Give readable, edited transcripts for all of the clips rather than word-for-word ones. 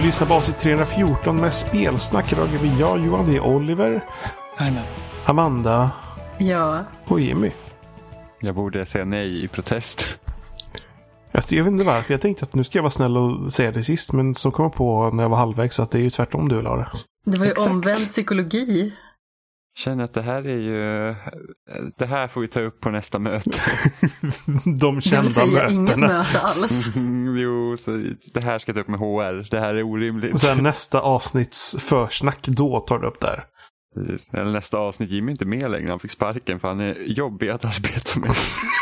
lyssnar på avsnitt 314 med spelsnack. Idag är vi jag, Johan, det är Oliver, Amen. Amanda Ja. och Jimmy. Jag borde säga nej i protest. Jag vet inte varför. Jag tänkte att nu ska jag vara snäll och säga det sist. Men så kom jag på när jag var halvvägs att det är ju tvärtom du vill ha det. Det var ju Exakt. omvänd psykologi. Känner att det här är ju... Det här får vi ta upp på nästa möte. De Det vill kända säga inget mötena. möte alls. Jo, så det här ska jag ta upp med HR. Det här är orimligt. Och sen nästa avsnitts försnack, då tar du upp där. Precis. Eller nästa avsnitt, Jimmy är inte med längre. Han fick sparken för han är jobbig att arbeta med.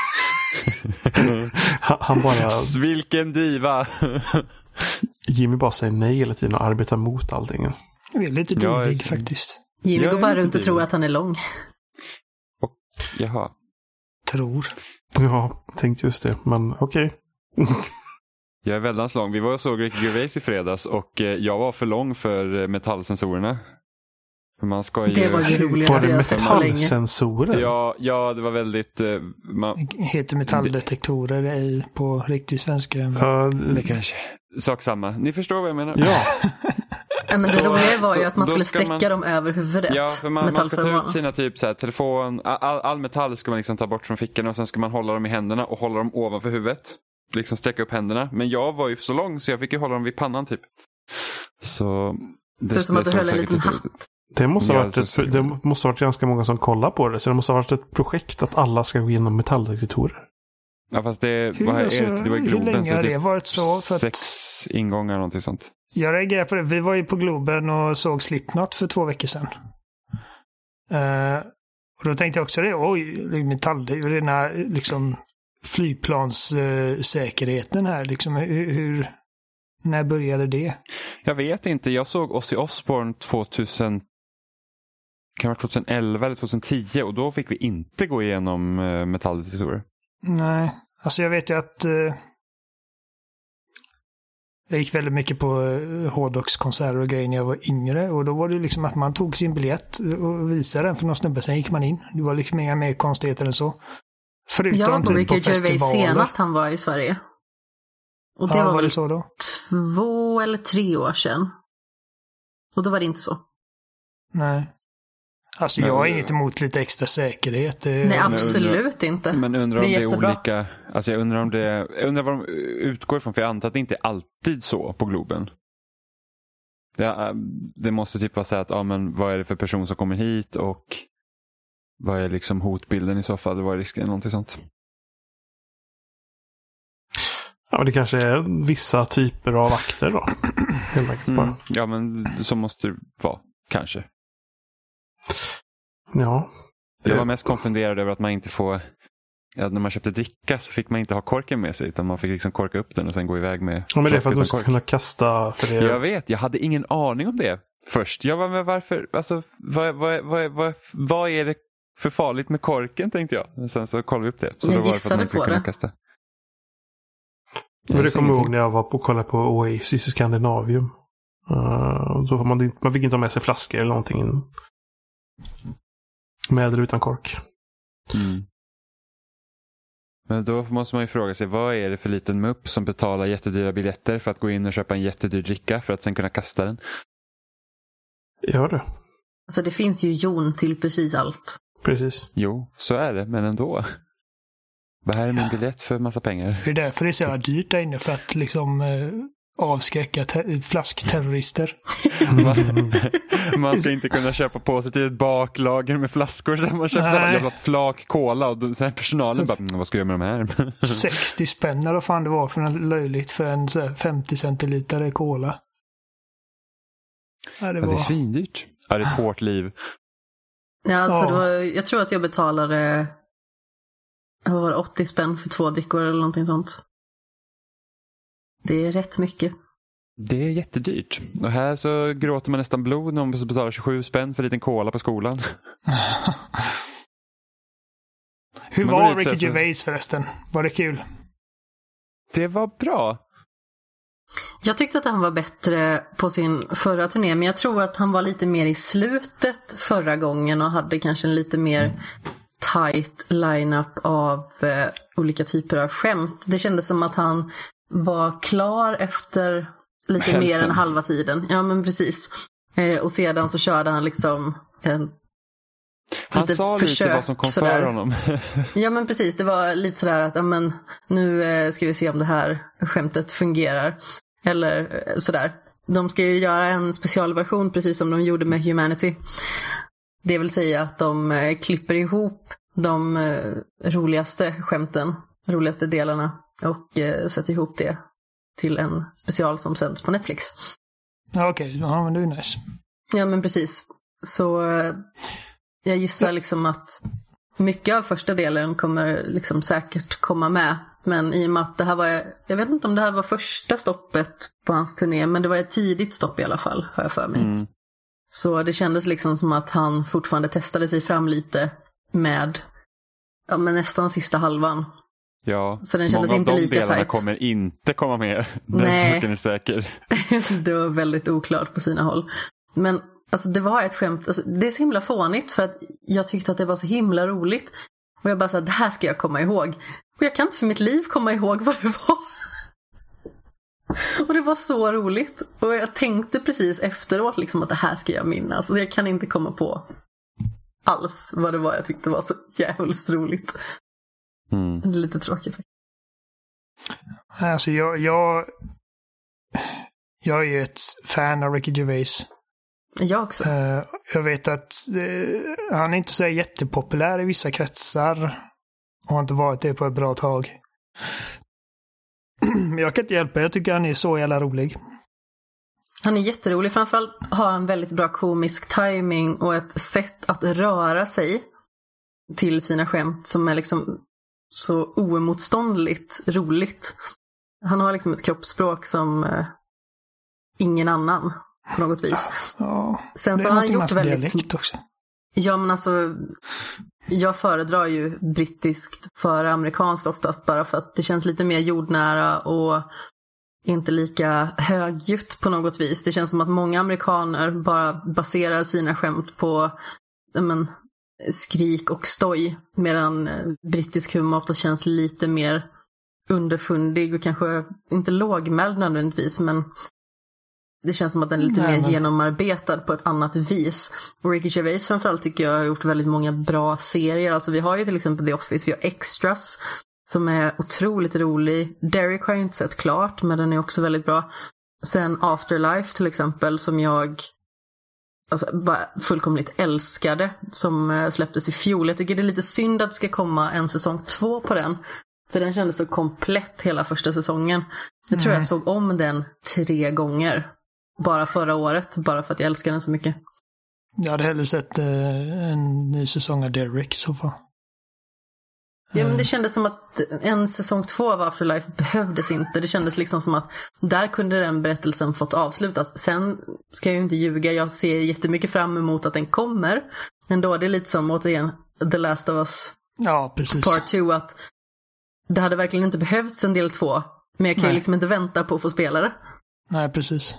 Han bara... Vilken diva! Jimmy bara säger nej hela tiden och arbetar mot allting. Jag är lite divig faktiskt. Jimmy Jag går är bara lite runt och tror divig. att han är lång. Jaha. Tror. Ja, tänkte just det. Men okej. Jag är väldigt lång. Vi var och såg Ricky Gervais i fredags och jag var för lång för metallsensorerna. För man ska ju... Det var det Var roligaste det jag sett på länge. metallsensorer? Ja, det var väldigt... Heter metalldetektorer på riktig svenska. Ja, Det kanske... Sak samma. Ni förstår vad jag menar? ja. Men det Så- roliga var ju så att man då skulle ska sträcka man- dem över huvudet. Ja, för man ska ta Metallföremål. ut sina typ så här, telefon, all metall ska man liksom ta bort från fickorna och sen ska man hålla dem i händerna och hålla dem ovanför huvudet. Liksom sträcka upp händerna. Men jag var ju så lång så jag fick ju hålla dem vid pannan typ. Så... Ser ut som att du såg höll en säkert liten lite hatt. ut. Det måste ha Ja, varit så ser det det måste ha varit ganska många som kollar på det. Så det måste ha varit ett projekt att alla ska gå igenom metalldetektorer. Ja, fast det Hur, var, alltså, det var i hur Globen. länge Så har det typ varit så? För att 6 ingångar eller någonting sånt. jag reagerar på det. Vi var ju på Globen och såg Slipknot för 2 veckor sedan. Och då tänkte jag också det. Oj, metall. Det är ju den här liksom flygplanssäkerheten här. Liksom, när började det? Jag vet inte, jag såg Ozzy Osbourne 2011 eller 2010 och då fick vi inte gå igenom metalldetektorer. Nej, alltså jag vet ju att jag gick väldigt mycket på hårdrockskonserter och grejer när jag var yngre. Och då var det liksom att man tog sin biljett och visade den för någon snubbe. Sen gick man in. Det var liksom inga mer konstigheter än så. Förutom Jag var på typ på Ricky Gervais festivaler. senast han var i Sverige. Och det Ja, var var väl det så då? 2 eller 3 år sedan. Och då var det inte så. Nej. Alltså Men- jag har inget emot lite extra säkerhet. Nej, absolut inte. Men undrar om Det är det är jättebra. olika. Alltså jag undrar vad de utgår ifrån, för jag antar att det inte är alltid så på Globen. Det måste typ vara så att men vad är det för person som kommer hit och vad är liksom hotbilden i så fall, vad är risken, någonting sånt. Ja, men det kanske är vissa typer av akter då. Helt enkelt bara. Ja, men så måste det vara, kanske. Ja. Jag var mest konfunderad över att man inte får, när man köpte dricka så fick man inte ha korken med sig, utan man fick liksom korka upp den och sen gå iväg med Ja, men det är för att flaskan du ska utan kork. kunna kasta för det. Jag vet, jag hade ingen aning om det först. Jag var med varför, alltså vad är det för farligt med korken, tänkte jag. Men sen så kollade vi upp det. Så Jag då var det för att man gissade inte skulle på kunna det. kasta. Men det kommer jag ihåg när jag var på kolla på Oasis i Skandinavium. Då man fick inte ha med sig flaskor eller någonting. Med eller utan kork. Mm. Men då måste man ju fråga sig, vad är det för liten mupp som betalar jättedyra biljetter för att gå in och köpa en jättedyr dricka för att sen kunna kasta den? Gör det. Alltså det finns ju jon till precis allt. Precis. Jo, så är det, men ändå. Det här är min biljett för massa pengar. Det är därför det är så jävla dyrt där inne. För att liksom avskräcka flaskterrorister. Man ska inte kunna köpa på sig till ett baklager med flaskor. Så man köper Nej. jag vill ha ett flak cola och sen personalen bara, vad ska jag göra med de här? 60 spänn eller vad fan det var för något löjligt för en så här 50 centiliter cola. Ja, det Ja, det är var... svindyrt. Ja, det är ett hårt liv. Ja, alltså Ja. det var, jag tror att jag betalade 80 spänn för 2 drickor eller någonting sånt. Det är rätt mycket. Det är jättedyrt. Och här så gråter man nästan blod när man betalar 27 spänn för en liten cola på skolan. Hur Men då är var det så- Ricky Gervais förresten? Var det kul? Det var bra. Jag tyckte att han var bättre på sin förra turné, men jag tror att han var lite mer i slutet förra gången och hade kanske en lite mer tight lineup av olika typer av skämt. Det kändes som att han var klar efter lite mer än halva tiden. Ja, men precis. Och sedan så körde han liksom han sa lite vad som kom för honom. Ja, men precis. Det var lite sådär att men, nu ska vi se om det här skämtet fungerar. Eller sådär. De ska ju göra en specialversion precis som de gjorde med Humanity. Det vill säga att de klipper ihop de roligaste skämten, roligaste delarna och sätter ihop det till en special som sänds på Netflix. Ja, okej. Ja, men det är nice. Ja, men precis. Så jag gissar liksom att mycket av första delen kommer liksom säkert komma med. Men i och med att det här var, jag vet inte om det här var första stoppet på hans turné, men det var ett tidigt stopp i alla fall, har jag för mig. Så det kändes liksom som att han fortfarande testade sig fram lite med men nästan sista halvan. Ja, så den kändes många inte av de lika delarna tajt. kommer inte komma med. Nej. Den saken är säker. Det var väldigt oklart på sina håll. Men alltså, det var ett skämt. Alltså, det är så himla fånigt för att jag tyckte att det var så himla roligt. Och jag bara sa, det här ska jag komma ihåg. Och jag kan inte för mitt liv komma ihåg vad det var. Och det var så roligt. Och jag tänkte precis efteråt liksom att det här ska jag minnas. Och jag kan inte komma på alls vad det var jag tyckte var så jävligt roligt. Det är lite tråkigt. Alltså jag är ju ett fan av Ricky Gervais. Jag också. Jag vet att han är inte så jättepopulär i vissa kretsar. Och har inte varit det på ett bra tag. Men jag kan inte hjälpa. Jag tycker han är så jävla rolig. Han är jätterolig. Framförallt har han väldigt bra komisk timing och ett sätt att röra sig till sina skämt som är liksom så oemotståndligt roligt. Han har liksom ett kroppsspråk som ingen annan på något vis. Ja, sen så har han gjort väldigt dialekt också. Ja, men alltså jag föredrar ju brittiskt före amerikanskt oftast bara för att det känns lite mer jordnära och inte lika högljutt på något vis. Det känns som att många amerikaner bara baserar sina skämt på skrik och stoj, medan brittisk humor ofta känns lite mer underfundig och kanske inte lågmäld nödvändigtvis, men det känns som att den är lite mer genomarbetad på ett annat vis. Och Ricky Gervais framförallt tycker jag har gjort väldigt många bra serier. Alltså vi har ju till exempel The Office, vi har Extras som är otroligt rolig. Derek har jag inte sett klart, men den är också väldigt bra. Sen Afterlife till exempel som jag bara fullkomligt älskade, som släpptes i fjol. Jag tycker det är lite synd att det ska komma en säsong 2 på den. För den kändes så komplett hela första säsongen. Jag tror jag såg om den 3 gånger. Bara förra året. Bara för att jag älskar den så mycket. Jag hade hellre sett en ny säsong av Derek i så fall. Ja, men det kändes som att en säsong 2 av Afterlife behövdes inte. Det kändes liksom som att där kunde den berättelsen fått avslutas. Sen ska jag ju inte ljuga. Jag ser jättemycket fram emot att den kommer. Men då är det lite som återigen The Last of Us Part 2. Att det hade verkligen inte behövts en del 2. Men jag kan ju liksom inte vänta på att få spela det. Nej, precis.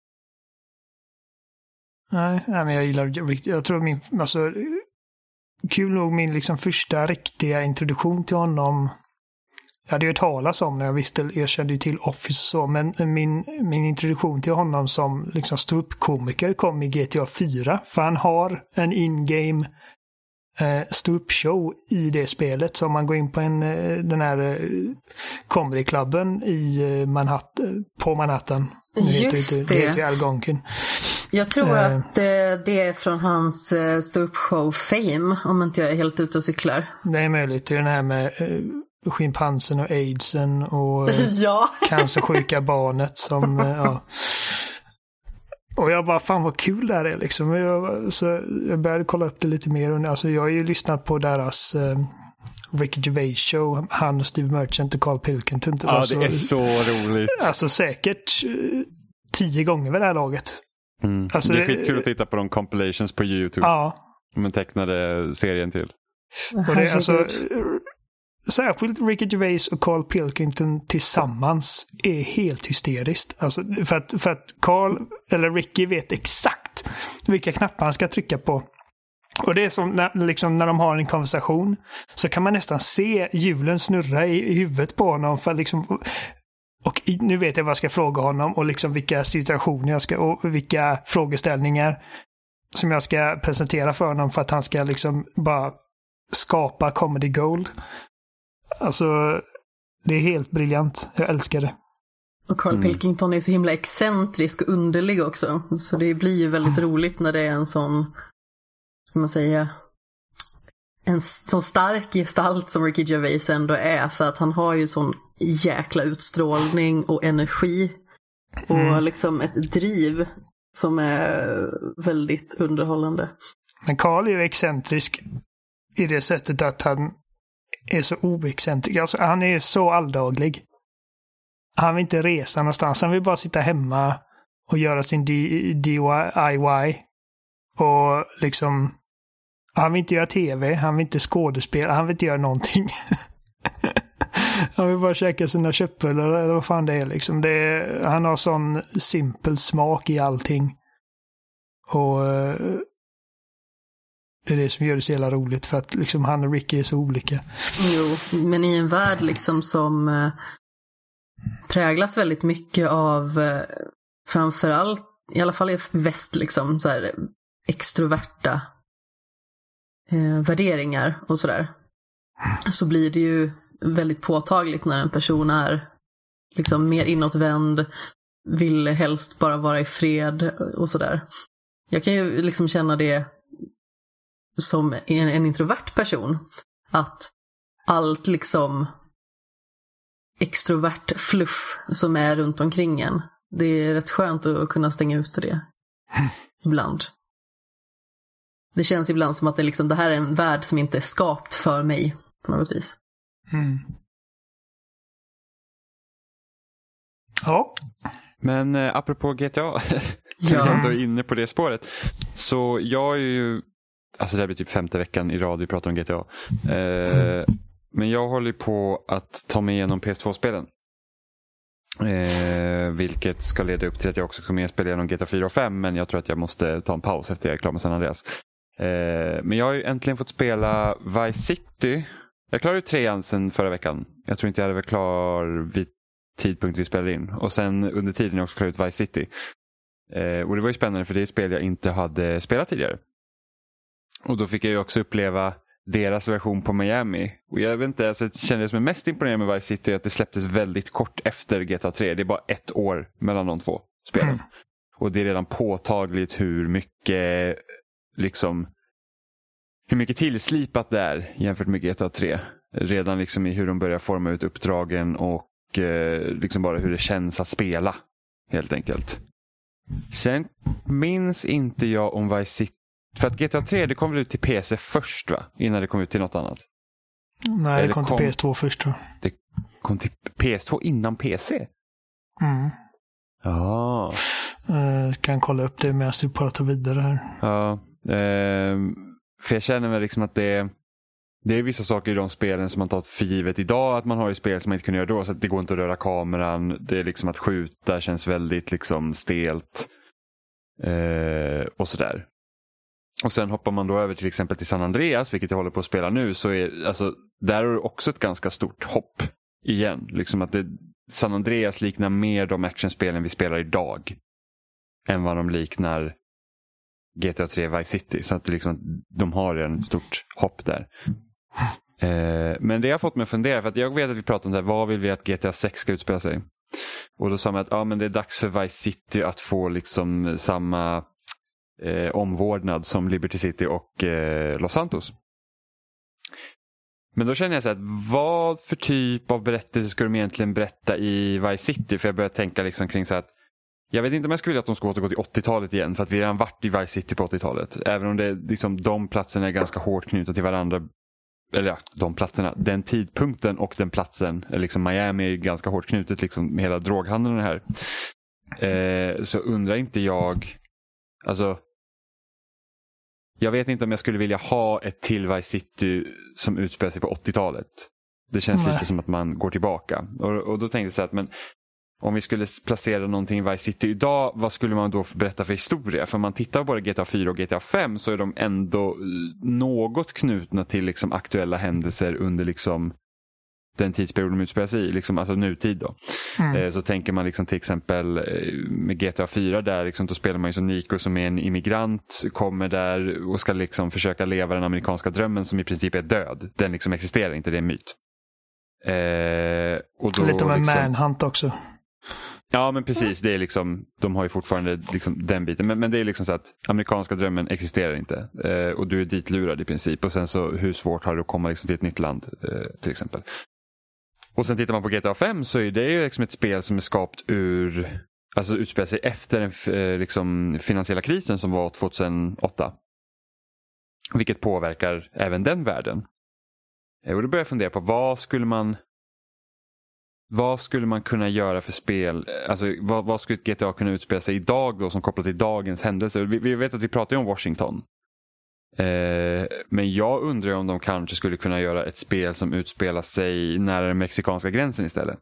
Nej, men jag gillar riktigt. Jag tror kul nog min liksom första riktiga introduktion till honom. Jag hade ju hört talas om när jag kände ju till Office och så, men min introduktion till honom som liksom ståuppkomiker kom i GTA 4, för han har en in-game ståuppshow i det spelet, så om man går in på den här comedyklubben i Manhattan. Just det. Det heter ju Algonquin. Jag tror att det är från hans ståuppshow Fame, om inte jag är helt ute och cyklar. Det är möjligt. Det är den här med schimpansen och aidsen och cancersjuka barnet som... Och jag bara, fan vad kul det här är liksom. Jag började kolla upp det lite mer. Alltså, jag har ju lyssnat på deras Ricky Gervais show. Han och Steve Merchant och Carl Pilkington. Ja, det är så roligt. Alltså säkert 10 gånger vid det här laget. Alltså, det är skitkul att titta på de compilations på YouTube. Ja. Man tecknade serien till. Och det, alltså, särskilt Ricky Gervais och Carl Pilkington tillsammans är helt hysteriskt. Alltså, för att Carl eller Ricky vet exakt vilka knappar han ska trycka på. Och det är som när de har en konversation så kan man nästan se hjulen snurra i huvudet på honom för liksom Och nu vet jag vad jag ska fråga honom och liksom vilka situationer jag ska och vilka frågeställningar som jag ska presentera för honom för att han ska liksom bara skapa comedy gold. Alltså, det är helt briljant. Jag älskar det. Och Carl Pilkington är så himla excentrisk och underlig också. Så det blir ju väldigt roligt när det är en sån, ska man säga, en sån stark gestalt som Ricky Gervais ändå är. För att han har ju sån jäkla utstrålning och energi. Och liksom ett driv som är väldigt underhållande. Men Carl är ju excentrisk i det sättet att han är så oexcentrisk. Alltså, han är så alldaglig. Han vill inte resa någonstans. Han vill bara sitta hemma och göra sin DIY. Och liksom, han vill inte göra tv. Han vill inte skådespela. Han vill inte göra någonting. Han vill bara käka sina köttbullar eller vad fan det är liksom. Han har sån simpel smak i allting. Och det är det som gör det så jävla roligt. För att liksom han och Ricky är så olika. Jo, men i en värld liksom som präglas väldigt mycket av framförallt, i alla fall i väst liksom, så här extroverta värderingar och sådär. Så blir det ju väldigt påtagligt när en person är liksom mer inåtvänd, vill helst bara vara i fred och sådär. Jag kan ju liksom känna det som en introvert person, att allt liksom extrovert fluff som är runt omkring en, det är rätt skönt att kunna stänga ut det ibland. Det känns ibland som att det här är en värld som inte är skapt för mig på något vis. Ja. Men apropå GTA, vi är ändå inne på det spåret. Så jag är ju, alltså det här blir typ 5:e veckan i rad vi pratar om GTA. Men jag håller på att ta mig igenom PS2-spelen. Vilket ska leda upp till att jag också kommer att spela igenom GTA 4 och 5. Men jag tror att jag måste ta en paus efter jag är klar med San Andreas. Men jag har ju äntligen fått spela Vice City. Jag klarade ju 3 sen förra veckan. Jag tror inte jag hade varit klar vid tidpunkt vi spelade in. Och sen under tiden jag också klarade ut Vice City. Och det var ju spännande för det är ett spel jag inte hade spelat tidigare. Och då fick jag ju också uppleva deras version på Miami. Och jag vet inte, alltså, det kändes som mest imponerande med Vice City att det släpptes väldigt kort efter GTA 3. Det är bara 1 år mellan de 2 spelen. Och det är redan påtagligt hur mycket liksom hur mycket tillslipat det är jämfört med GTA 3. Redan liksom i hur de börjar forma ut uppdragen och liksom bara hur det känns att spela helt enkelt. Sen minns inte jag om Vice City, för att GTA 3 det kom väl ut till PC först va? Innan det kom ut till något annat. Nej, det kom till PS2 först tror jag. Det kom till PS2 innan PC? Ja. Kan kolla upp det medan du pratar vidare här. Ja. För jag känner väl liksom att det är vissa saker i de spelen som man tagit för givet idag att man har i spel som man inte kunde göra då. Så att det går inte att röra kameran. Det är liksom att skjuta känns väldigt liksom stelt. Och sådär. Och sen hoppar man då över till exempel till San Andreas, vilket jag håller på att spela nu, så är alltså där är det också ett ganska stort hopp igen. Liksom att San Andreas liknar mer de actionspelen vi spelar idag än vad de liknar GTA 3 Vice City. Så att det liksom, de har en stort hopp där. Men det har fått mig att fundera, för att jag vet att vi pratar om det här, vad vill vi att GTA 6 ska utspela sig? Och då sa man att men det är dags för Vice City att få liksom samma omvårdnad som Liberty City och Los Santos. Men då känner jag så här, vad för typ av berättelse ska de egentligen berätta i Vice City? För jag börjar tänka liksom kring så här att jag vet inte om jag skulle vilja att de ska återgå till 80-talet igen, för att vi redan varit i Vice City på 80-talet. Även om det liksom, de platserna är ganska hårt knutna till varandra. Eller ja, de platserna. Den tidpunkten och den platsen, liksom Miami är ganska hårt knutet liksom med hela droghandeln här. Så undrar inte jag, alltså jag vet inte om jag skulle vilja ha ett till Vice City som utspelar sig på 80-talet. Det känns lite som att man går tillbaka. Och då tänkte jag så här att, men om vi skulle placera någonting i Vice City idag, vad skulle man då berätta för historia? För om man tittar på både GTA 4 och GTA 5 så är de ändå något knutna till liksom aktuella händelser under liksom den tidsperiod de utspelar sig i, liksom, alltså nutid då. Så tänker man liksom till exempel med GTA 4 där liksom, då spelar man ju som Nico som är en immigrant, kommer där och ska liksom försöka leva den amerikanska drömmen som i princip är död. Den liksom existerar inte, det är en myt. Och då, lite med liksom, Manhunt också. Ja, men precis, det är liksom, de har ju fortfarande liksom den biten, men det är liksom så att amerikanska drömmen existerar inte, och du är ditlurad i princip, och sen så hur svårt har det att komma liksom till ett nytt land till exempel. Och sen tittar man på GTA 5 så är det ju liksom ett spel som är skapat ur, alltså utspelar sig efter den liksom finansiella krisen som var 2008, vilket påverkar även den världen. Och då börjar jag fundera på vad skulle man kunna göra för spel, alltså vad skulle ett GTA kunna utspela sig idag då som kopplat till dagens händelser? Vi vet att vi pratar ju om Washington. Men jag undrar om de kanske skulle kunna göra ett spel som utspelar sig nära den mexikanska gränsen istället.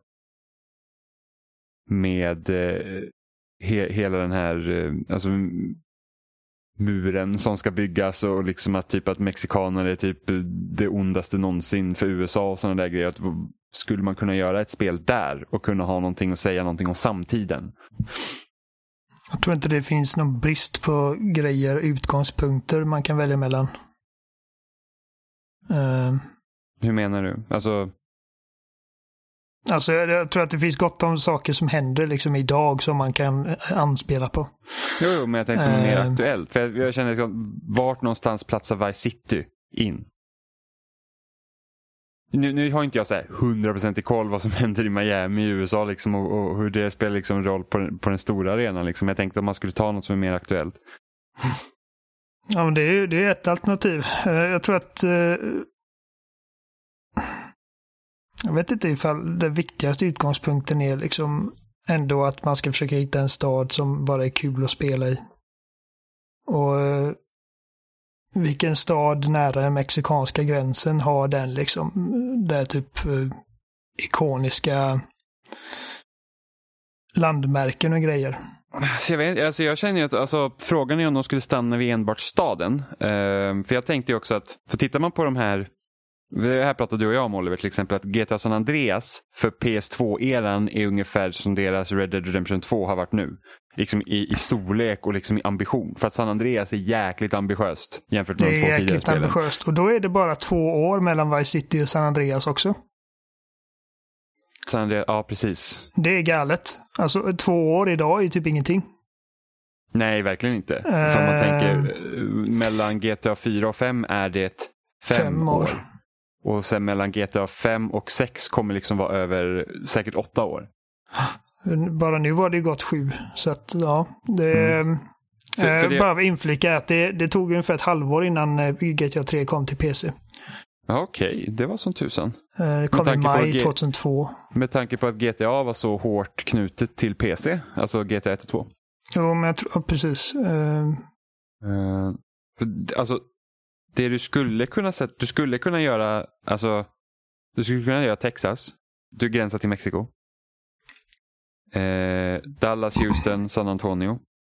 Med hela den här alltså muren som ska byggas och liksom att typ att mexikaner är typ det ondaste någonsin för USA och sådana där grejer. Att skulle man kunna göra ett spel där och kunna ha någonting att säga någonting om samtiden? Jag tror inte det finns någon brist på grejer, utgångspunkter man kan välja mellan. Hur menar du? Alltså jag tror att det finns gott om saker som händer liksom idag som man kan anspela på. Jo, men jag tänker som mer aktuellt. För jag känner liksom, vart någonstans platsar Vice City in? Nu har inte jag så här 100% i koll vad som händer i Miami i USA liksom, och hur det spelar liksom roll på den stora arenan. Liksom. Jag tänkte att man skulle ta något som är mer aktuellt. Ja, men det är ett alternativ. Jag tror att jag vet inte ifall den viktigaste utgångspunkten är liksom ändå att man ska försöka hitta en stad som bara är kul att spela i. Och vilken stad nära den mexikanska gränsen har den liksom där typ ikoniska landmärken och grejer. Så jag känner ju att frågan är om de skulle stanna vid enbart staden. För jag tänkte ju också att, för tittar man på de här, här pratade du och jag om, Oliver, till exempel att GTA San Andreas för PS2-eran är ungefär som deras Red Dead Redemption 2 har varit nu. Liksom i storlek och liksom i ambition. För att San Andreas är jäkligt ambitiöst jämfört med de två tidigare spelen. Det är jäkligt ambitiöst. Och då är det bara 2 år mellan Vice City och San Andreas också. San Andreas, ja precis. Det är galet. Alltså 2 år idag är typ ingenting. Nej, verkligen inte. För man tänker mellan GTA 4 och 5 är det 5 år. Och sen mellan GTA 5 och 6 kommer liksom vara över säkert 8 år. Bara nu var det gått 7. Så att ja, bara inflika att det tog ungefär ett halvår innan GTA 3 kom till PC. Okej, det var som tusan. Det kom i maj 2002. Med tanke på att GTA var så hårt knutet till PC, alltså GTA 1 och 2. Jo, men jag tror precis. Alltså det du skulle kunna göra, alltså du skulle kunna göra Texas, du gränsar till Mexiko. Dallas, Houston, San Antonio.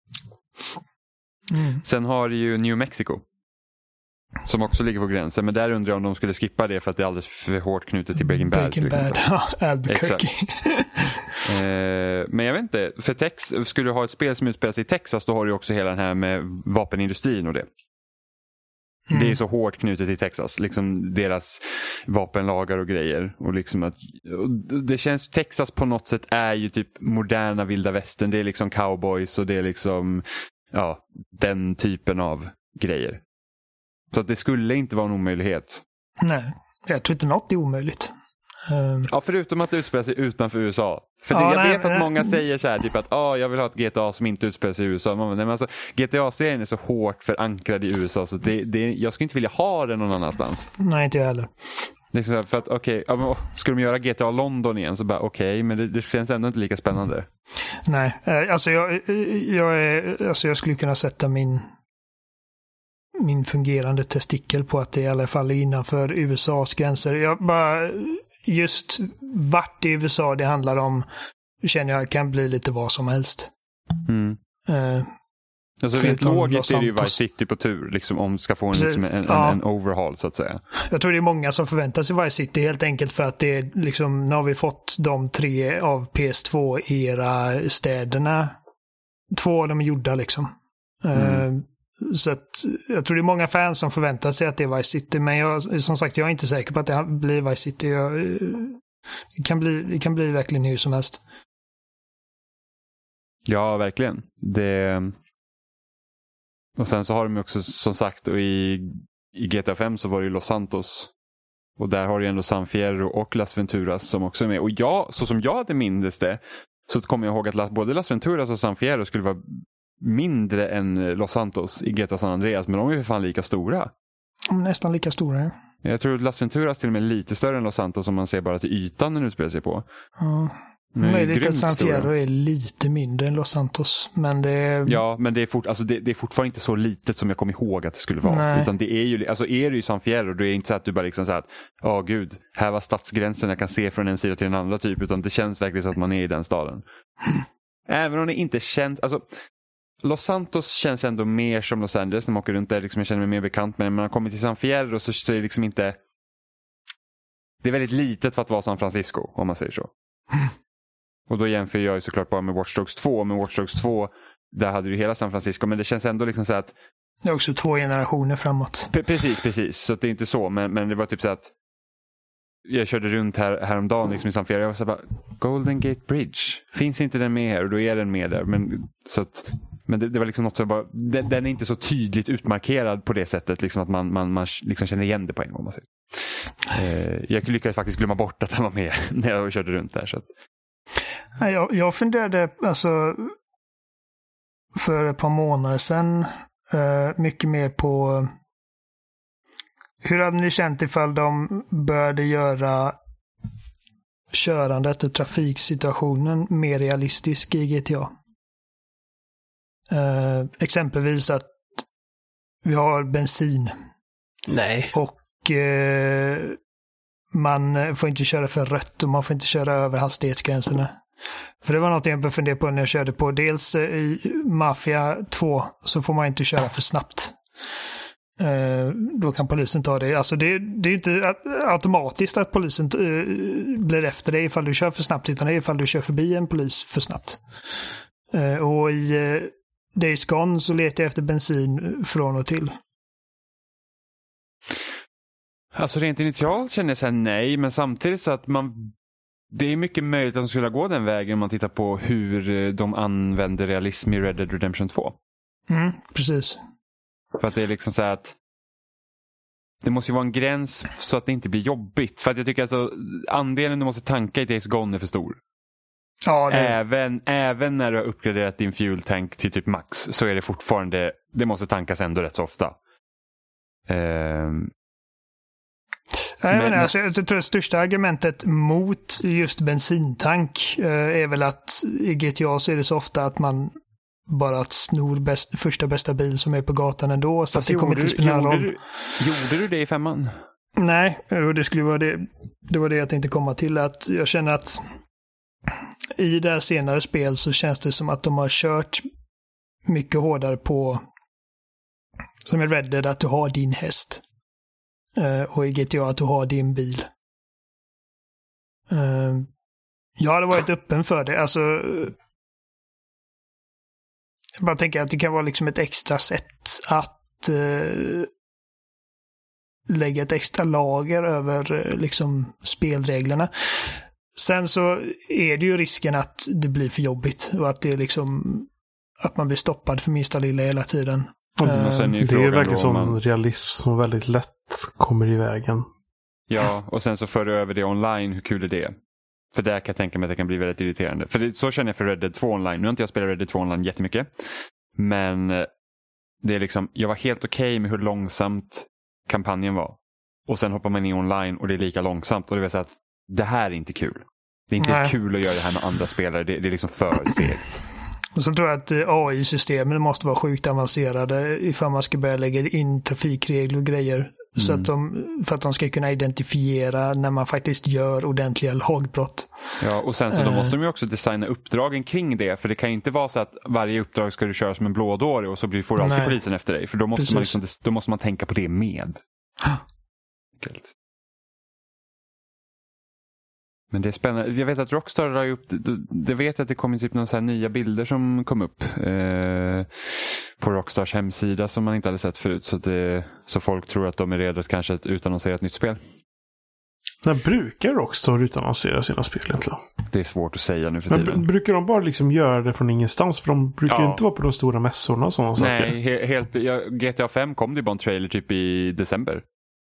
Sen har du ju New Mexico som också ligger på gränsen, men där undrar jag om de skulle skippa det för att det är alldeles för hårt knutet till Breaking Bad. Breaking Bad, Albuquerque. Men jag vet inte, för skulle du ha ett spel som utspelar sig i Texas, då har du också hela den här med vapenindustrin och det. Det är så hårt knutet i Texas, liksom deras vapenlagar och grejer, och liksom att det känns, Texas på något sätt är ju typ moderna vilda västern, det är liksom cowboys och det är liksom den typen av grejer. Så att det skulle inte vara en omöjlighet. Nej, jag tror inte något är omöjligt. Ja, förutom att det utspelar sig utanför USA. För jag vet att många säger så här typ att jag vill ha ett GTA som inte utspelar sig i USA. Men alltså, GTA-serien är så hårt förankrad i USA så jag skulle inte vilja ha den någon annanstans. Nej, inte jag heller. Liksom för att skulle de göra GTA London igen så bara okej, men det känns ändå inte lika spännande. Nej, alltså jag skulle kunna sätta min fungerande testikel på att det i alla fall är innanför USAs gränser. Jag bara just vart i USA det handlar om känner jag kan bli lite vad som helst. Alltså rent logiskt är det ju Vice City på tur, liksom, om ska få en overhaul så att säga. Jag tror det är många som förväntar sig Vice City helt enkelt för att det är liksom, nu har vi fått de 3 av PS2-era städerna. 2 av dem är gjorda liksom. Så att jag tror det är många fans som förväntar sig att det är Vice City, men som sagt, jag är inte säker på att det blir Vice City. Det kan bli verkligen hur som helst. Ja, verkligen. Och sen så har de också, som sagt, och i GTA 5 så var det ju Los Santos. Och där har du ändå San Fierro och Las Venturas som också är med. Och så som jag hade mindes det, så kommer jag ihåg att både Las Venturas och San Fierro skulle vara mindre än Los Santos i GTA San Andreas, men de är ju fan lika stora. Nästan lika stora, ja. Jag tror att Las Venturas till och med är lite större än Los Santos om man ser bara till ytan den utspelar sig på. Ja. Möjligt att San Fierro är lite mindre än Los Santos, men det... Ja, men det är fortfarande inte så litet som jag kommer ihåg att det skulle vara. Nej. Utan det är ju, alltså är det ju San Fierro, då är det inte så att du bara liksom så här, gud, här var stadsgränsen, jag kan se från en sida till en andra typ, utan det känns verkligen som att man är i den staden. Även om det inte känns, alltså Los Santos känns ändå mer som Los Angeles när man åker runt där, liksom jag känner mig mer bekant, men när man kommer till San Fierro så är det liksom inte, det är väldigt litet för att vara San Francisco, om man säger så. Och då jämför jag ju såklart bara med Watch Dogs 2. Med Watch Dogs 2, där hade du hela San Francisco. Men det känns ändå liksom så att... Det är också 2 generationer framåt. Precis. Så det är inte så. Men det var typ så att... Jag körde runt häromdagen liksom i San Fierro. Jag var så bara, Golden Gate Bridge. Finns inte den med här? Och då är den med där. Men det var liksom något som bara... Den är inte så tydligt utmarkerad på det sättet. Liksom att man liksom känner igen det på en gång. Man säger. Jag lyckades faktiskt glömma bort att den var med när jag körde runt där. Så att... Jag funderade alltså för ett par månader sedan mycket mer på hur hade ni känt ifall de började göra körandet och trafiksituationen mer realistisk i GTA. Exempelvis att vi har bensin. Nej. Och man får inte köra för rött och man får inte köra över hastighetsgränserna. För det var något jag började fundera på när jag körde på. Dels i Mafia 2 så får man inte köra för snabbt. Då kan polisen ta det. Alltså det är inte automatiskt att polisen blir efter dig ifall du kör för snabbt, utan det är ifall du kör förbi en polis för snabbt. Och i Days Gone så letar jag efter bensin från och till. Alltså rent initialt känner jag så här nej, men samtidigt så att det är mycket möjligt att de skulle gå den vägen om man tittar på hur de använder realism i Red Dead Redemption 2. Precis. För att det är liksom så här att det måste ju vara en gräns så att det inte blir jobbigt. För att jag tycker alltså andelen du måste tanka i Days Gone är för stor. Ja, även när du har uppgraderat din fuel tank till typ max så är det fortfarande, det måste tankas ändå rätt så ofta. Alltså, jag tror det största argumentet mot just bensintank är väl att i GTA så är det så ofta att man bara snor första bästa bil som är på gatan ändå, så att det kommer inte spela roll. Gjorde du det i 5:an? Nej, det skulle vara det var det jag tänkte komma till, att jag känner att i det här senare spel så känns det som att de har kört mycket hårdare på, som i Red Dead, att du har din häst. Och i GTA att du har din bil. Jag hade varit öppen för det. Alltså, jag bara tänker att det kan vara liksom ett extra sätt att lägga ett extra lager över liksom spelreglerna. Sen så är det ju risken att det blir för jobbigt och att det är liksom att man blir stoppad för minsta lilla hela tiden. Det är verkligen sån realism som väldigt lätt kommer i vägen. Ja, och sen så för du över det online, hur kul är det? För där kan jag tänka mig att det kan bli väldigt irriterande. För så känner jag för Red Dead 2 online. Nu har inte jag spelat Red Dead 2 online jättemycket. Men det är liksom, jag var helt okej med hur långsamt kampanjen var. Och sen hoppar man in online och det är lika långsamt. Och det vill säga att det här är inte kul. Det är inte kul att göra det här med andra spelare. Det är liksom för segt. Och så tror jag att AI-systemen måste vara sjukt avancerade ifall man ska börja lägga in trafikregler och grejer Så att för att de ska kunna identifiera när man faktiskt gör ordentliga lagbrott. Ja, och sen så då måste de ju också designa uppdragen kring det. För det kan ju inte vara så att varje uppdrag ska du köra som en blådåre och så får du alltid polisen efter dig. För då måste, då måste man tänka på det med. Men det är spännande. Jag vet att Rockstar har gjort, det vet att det kommer typ några så här nya bilder som kom upp på Rockstars hemsida som man inte hade sett förut. Så folk tror att de är redo att kanske utannonsera ett nytt spel. När brukar Rockstar utannonsera sina spel egentligen? Det är svårt att säga nu för tiden. Brukar de bara liksom göra det från ingenstans? För de brukar ju inte vara på de stora mässorna och sådana saker. Nej, GTA 5 kom det bara en trailer typ i december.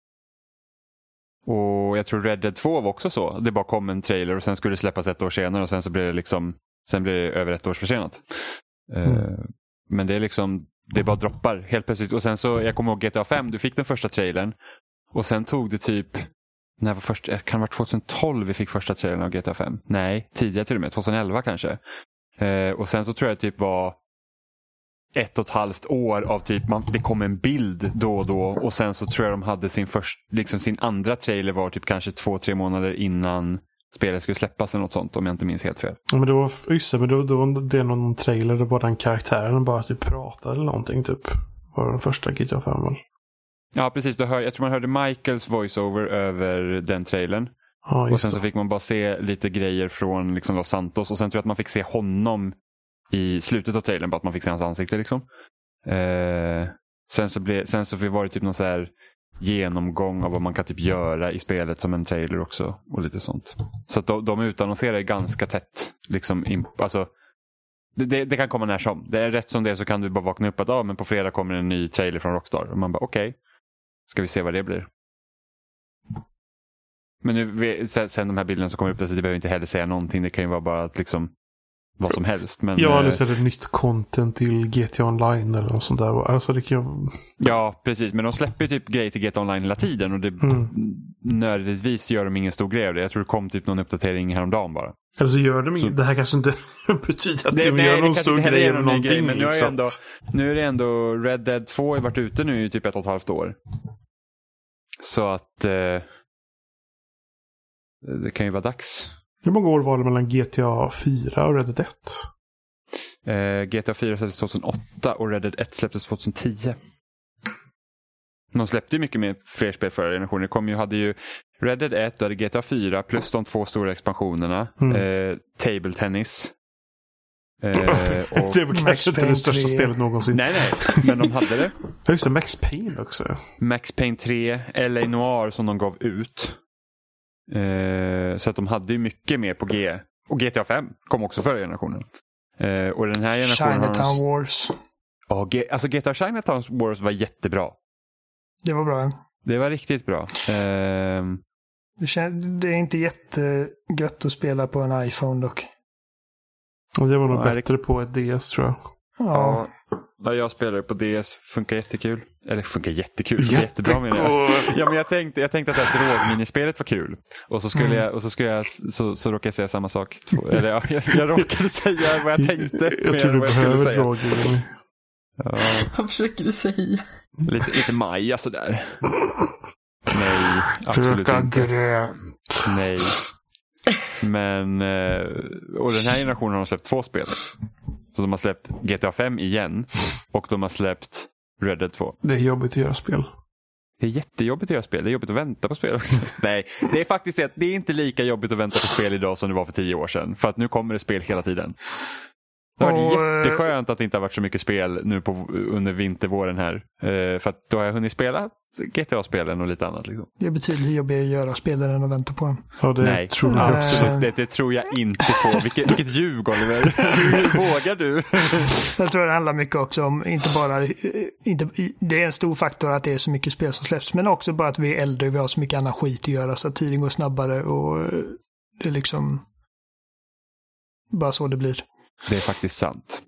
Och jag tror Red Dead 2 var också så. Det bara kom en trailer och sen skulle det släppas ett år senare och sen så blev det liksom, sen blev det över ett års försenat. Men det är liksom, det bara droppar helt plötsligt. Och sen så, jag kommer ihåg GTA 5, du fick den första trailern och sen tog det typ, när var först, kan det vara 2012 vi fick första trailern av GTA 5? Nej, tidigare till och med, 2011 kanske. Och sen så tror jag typ var 1,5 år av typ, det kom en bild då och då och sen så tror jag de hade sin andra trailer var typ kanske 2-3 månader innan spelet skulle släppas eller något sånt, om jag inte minns helt fel. Ja, men det var just det, men då var det någon trailer där bara den karaktären bara typ pratade eller någonting typ. Var den första GTA 5 väl? Ja, precis. Jag tror man hörde Michaels voiceover över den trailern. Ja, och sen så fick man bara se lite grejer från liksom Los Santos och sen tror jag att man fick se honom i slutet av trailern, bara att man fick se hans ansikte liksom. Sen så var det typ någon så här genomgång av vad man kan typ göra i spelet som en trailer också och lite sånt. Så att de utannonserar ganska tätt liksom alltså det kan komma när som. Det är rätt som det så kan du bara vakna upp att men på fredag kommer en ny trailer från Rockstar och man bara okej. Ska vi se vad det blir. Men nu sen de här bilderna som kommer upp så det behöver inte heller säga någonting. Det kan ju vara bara att liksom vad som helst. Men, ja, eller så är det nytt content till GTA Online eller något sånt där. Alltså, det kan... Ja, precis. Men de släpper ju typ grejer till GTA Online hela tiden. Och det nödvändigtvis gör de ingen stor grej av det. Jag tror det kom typ någon uppdatering häromdagen bara. Eller så gör de inget. Det här kanske inte betyder att de gör någon stor grej eller någonting. Men nu är det ändå Red Dead 2 har varit ute nu i typ 1,5 år. Så att det kan ju vara dags. Hur många år var det mellan GTA 4 och Red Dead 1? GTA 4 släpptes 2008 och Red Dead 1 släpptes 2010. De släppte ju mycket mer fler spel förra generationen. Hade ju Red Dead 1, du hade GTA 4 plus de 2 stora expansionerna. Table Tennis. Och det var kanske inte det största spelet någonsin. Nej, men de hade det. Just det, Max Payne också. Max Payne 3, LA Noire som de gav ut. Så att de hade ju mycket mer på G. Och GTA 5 kom också förra generationen. Och den här generationen Chinatown Wars. Alltså GTA Chinatown Wars var jättebra. Det var bra. Det var riktigt bra. Det är inte jättegött att spela på en iPhone dock. Och det var nog bättre på ett DS tror jag. Ja. Ja, jag spelade på DS. Funkar jättekul. Eller funkar jättekul. Jättebra menar jag. Ja, men jag tänkte att det här drogminispelet var kul. Och så så råkade jag säga samma sak. Eller jag råkade säga vad jag tänkte. Jag tror du behöver droger. Ja. Vad försöker du säga? Lite Maja sådär. Nej, absolut inte. Nej. Men och den här generationen har de släppt 2 spel. Så de har släppt GTA 5 igen och de har släppt Red Dead 2. Det är jobbigt att göra spel. Det är jättejobbigt att göra spel. Det är jobbigt att vänta på spel också. Nej, det är faktiskt det är inte lika jobbigt att vänta på spel idag som det var för 10 år sedan. För att nu kommer det spel hela tiden. Det har varit jätteskönt att det inte har varit så mycket spel nu under vintervåren här. För att då har jag hunnit spela GTA-spelen och lite annat. Liksom. Det är betydligt jobbigare att göra spel än att vänta på dem. Ja, nej, tror jag absolut. Det tror jag inte på. Vilket ljug, Oliver. Hur vågar du? Jag tror det handlar mycket också om, det är en stor faktor att det är så mycket spel som släpps. Men också bara att vi är äldre och vi har så mycket annan skit att göra så att tiden går snabbare och det är liksom bara så det blir. Det är faktiskt sant.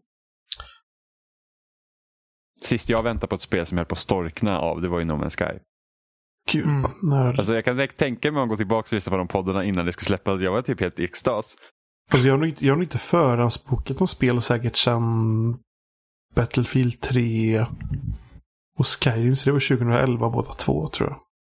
Sist jag väntade på ett spel som jag höll på att storkna av, det var ju No Man's Sky. Kul. Alltså jag kan tänka mig att gå tillbaka och lyssna på de poddarna innan det ska släppas. Jag var typ helt i extas. Alltså jag har nog inte förhandsbokat någon spel säkert sedan Battlefield 3 och Skyrim, så det var 2011 båda två tror jag.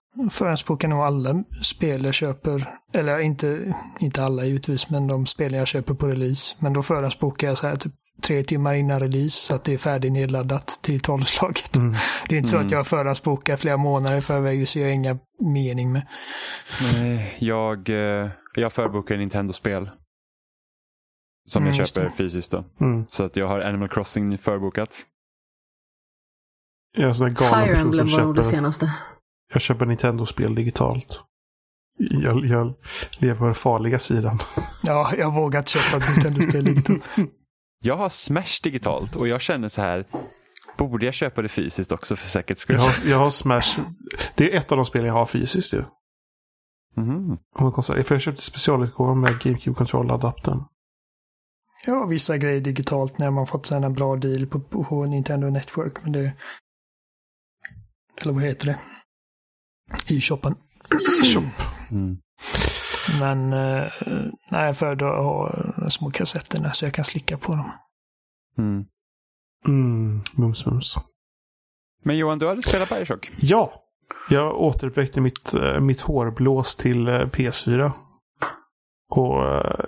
förhandsbokar nog alla spel jag köper. Eller inte alla givetvis, men de spel jag köper på release. Men då förhandsbokar jag så här typ 3 timmar innan release så att det är färdigt nedladdat till 12-slaget. Det är inte så att jag förhandsbokar flera månader i förväg, så jag har inga mening med. Nej, jag förbokar Nintendo-spel. Som jag köper fysiskt då. Så att jag har Animal Crossing förbokat. Fire Emblem var nog det senaste. Jag köper Nintendo-spel digitalt. Jag lever på den farliga sidan. Ja, jag vågar inte köpa ett Nintendo-spel digitalt. Jag har Smash digitalt och jag känner så här, borde jag köpa det fysiskt också för säkerhets skull? Jag har Smash. Det är ett av de spel jag har fysiskt ju. För jag köpte specialutgåvan med GameCube-kontrolladaptern. Ja, vissa grejer digitalt när man fått en bra deal på Nintendo Network. Men det... Eller vad heter det? E-shoppen. Men nej, jag föredrar att ha små kassetterna så jag kan slicka på dem. Mums. Men Johan, du hade spelat Bioshock? Ja, jag återuppväckte mitt hårblås till PS4. Och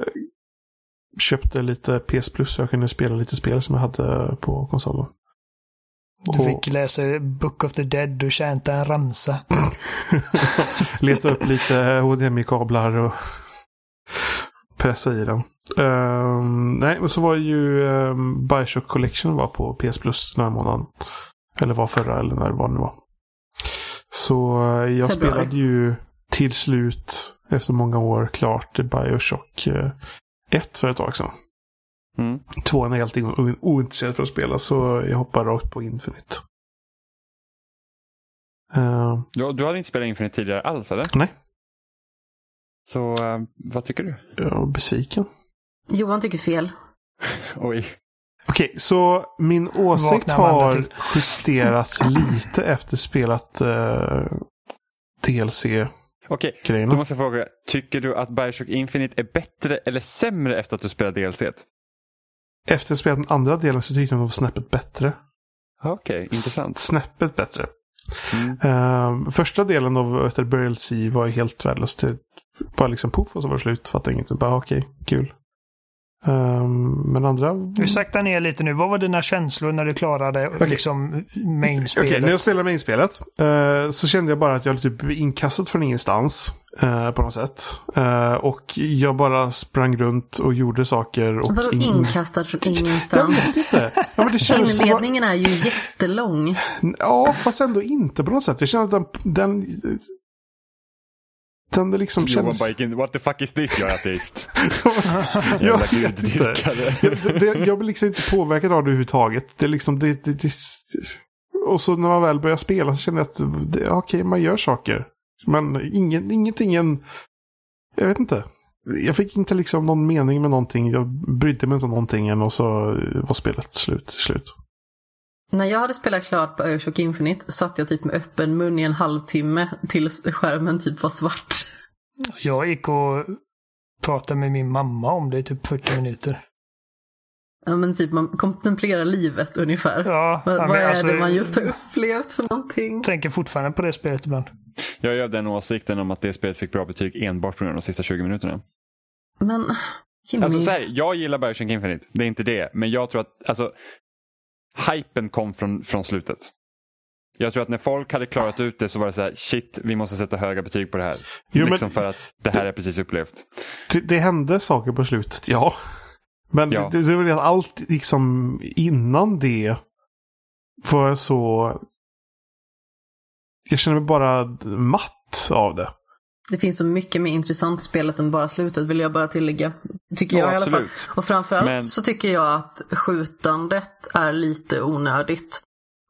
köpte lite PS Plus så jag kunde spela lite spel som jag hade på konsolen. Du fick läsa Book of the Dead och chanta en ramsa. Leta upp lite HDMI-kablar och pressa i den. Nej, och så var ju Bioshock Collection var på PS Plus den här månaden. Eller var förra, eller när det var nu var. Så jag spelade ju till slut efter många år klart Bioshock 1 för ett tag sedan. 2 är helt ointresserad för att spela, så jag hoppar rakt på Infinite. Du hade inte spelat Infinite tidigare alls, eller? Nej. Så vad tycker du? Jag är besviken. Johan tycker fel. Oj. Okej, så min åsikt har justerats lite efter spelat DLC. Okej, då måste jag fråga. Tycker du att Bioshock Infinite är bättre eller sämre efter att du spelat DLC-et? Efter att spelat den andra delen så tyckte jag att det var snäppet bättre. Okej, intressant. Snäppet bättre. Första delen av Burial Sea var helt värdelös. Det bara liksom puff och så var det slut. Fattade inget. Bara okej, kul. Men andra... Vi saktar ner lite nu. Vad var dina känslor när du klarade liksom mainspelet? Okej, när jag spelade mainspelet så kände jag bara att jag var typ inkastat från ingenstans på något sätt. Och jag bara sprang runt och gjorde saker. Och vadå inkastat från ingenstans? Jag vet inte. Ja, men det känns inledningen är ju jättelång. Ja, fast ändå inte på något sätt. Jag känner att den det liksom känns... What the fuck is this, jag ateist? Jag blir liksom inte påverkad av det överhuvudtaget. Det är liksom... Och så när man väl börjar spela så känner jag att okej, man gör saker. Men ingenting... Jag vet inte. Jag fick inte liksom någon mening med någonting. Jag brydde mig inte om någonting och så var spelet slut. När jag hade spelat klart på Bioshock Infinite satt jag typ med öppen mun i en halvtimme tills skärmen typ var svart. Jag gick och pratade med min mamma om det i typ 40 minuter. Ja, men typ man kontemplerar livet ungefär. Ja, vad är det man just har upplevt för någonting? Tänker fortfarande på det spelet ibland. Jag gör den åsikten om att det spelet fick bra betyg enbart på grund av de sista 20 minuterna. Men Jimmy... Alltså så här, jag gillar Bioshock Infinite. Det är inte det. Men jag tror att hypen kom från slutet. Jag tror att när folk hade klarat ut det så var det så här, shit, vi måste sätta höga betyg på det här. Jo, liksom för att det här är precis upplevt. Det hände saker på slutet, ja. Men det var det att allt liksom innan det var så... Jag känner mig bara matt av det. Det finns så mycket mer intressant i spelet än bara slutet, vill jag bara tillägga. Tycker jag i alla fall. Och framförallt så tycker jag att skjutandet är lite onödigt.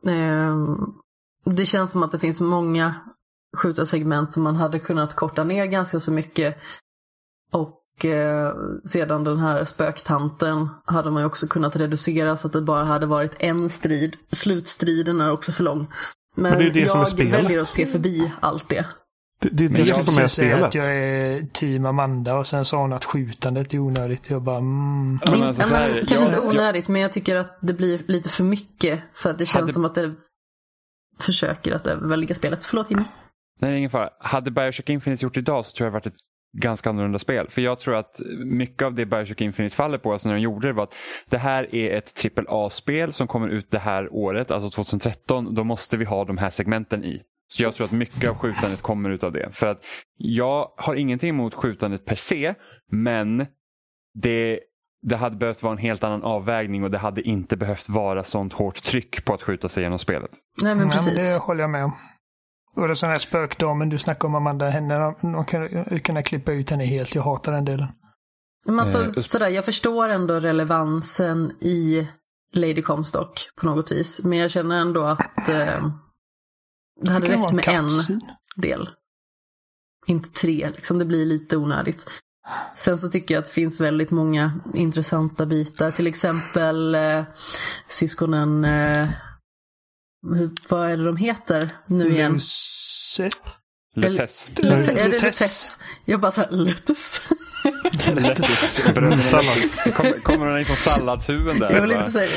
Det känns som att det finns många skjutarsegment som man hade kunnat korta ner ganska så mycket. Och sedan den här spöktanten hade man ju också kunnat reducera så att det bara hade varit en strid. Slutstriden är också för lång. Men det är det jag som är väljer att se förbi allt det. Det är det som är spelet. Att jag är team Amanda och sen sa hon att skjutandet är onödigt. Jag bara... kanske inte onödigt, men jag tycker att det blir lite för mycket. För att det känns som att det försöker att överväldiga spelet. Förlåt, Jimmy. Nej, ingen fara. Hade Bioshock Infinite gjort idag så tror jag det varit ett ganska annorlunda spel. För jag tror att mycket av det Bioshock Infinite faller på, alltså när de gjorde det, var att det här är ett AAA-spel som kommer ut det här året, alltså 2013. Då måste vi ha de här segmenten i. Så jag tror att mycket av skjutandet kommer ut av det. För att jag har ingenting emot skjutandet per se, men det hade behövt vara en helt annan avvägning och det hade inte behövt vara sånt hårt tryck på att skjuta sig genom spelet. Nej, men precis. Men det håller jag med om. Och det är sån här spökdamen du snackar om, Amanda, henne, de kan klippa ut henne helt. Jag hatar den delen. Men alltså, sådär, jag förstår ändå relevansen i Lady Comstock på något vis. Men jag känner ändå att det hade räckt med en del. Inte 3, liksom, det blir lite onödigt. Sen så tycker jag att det finns väldigt många intressanta bitar. Till exempel syskonen... vad är det de heter nu igen? Lutess. Är det Lutess? Jag bara såhär, Lutess. Kommer det en sån salladshuvud där? Jag vill inte säga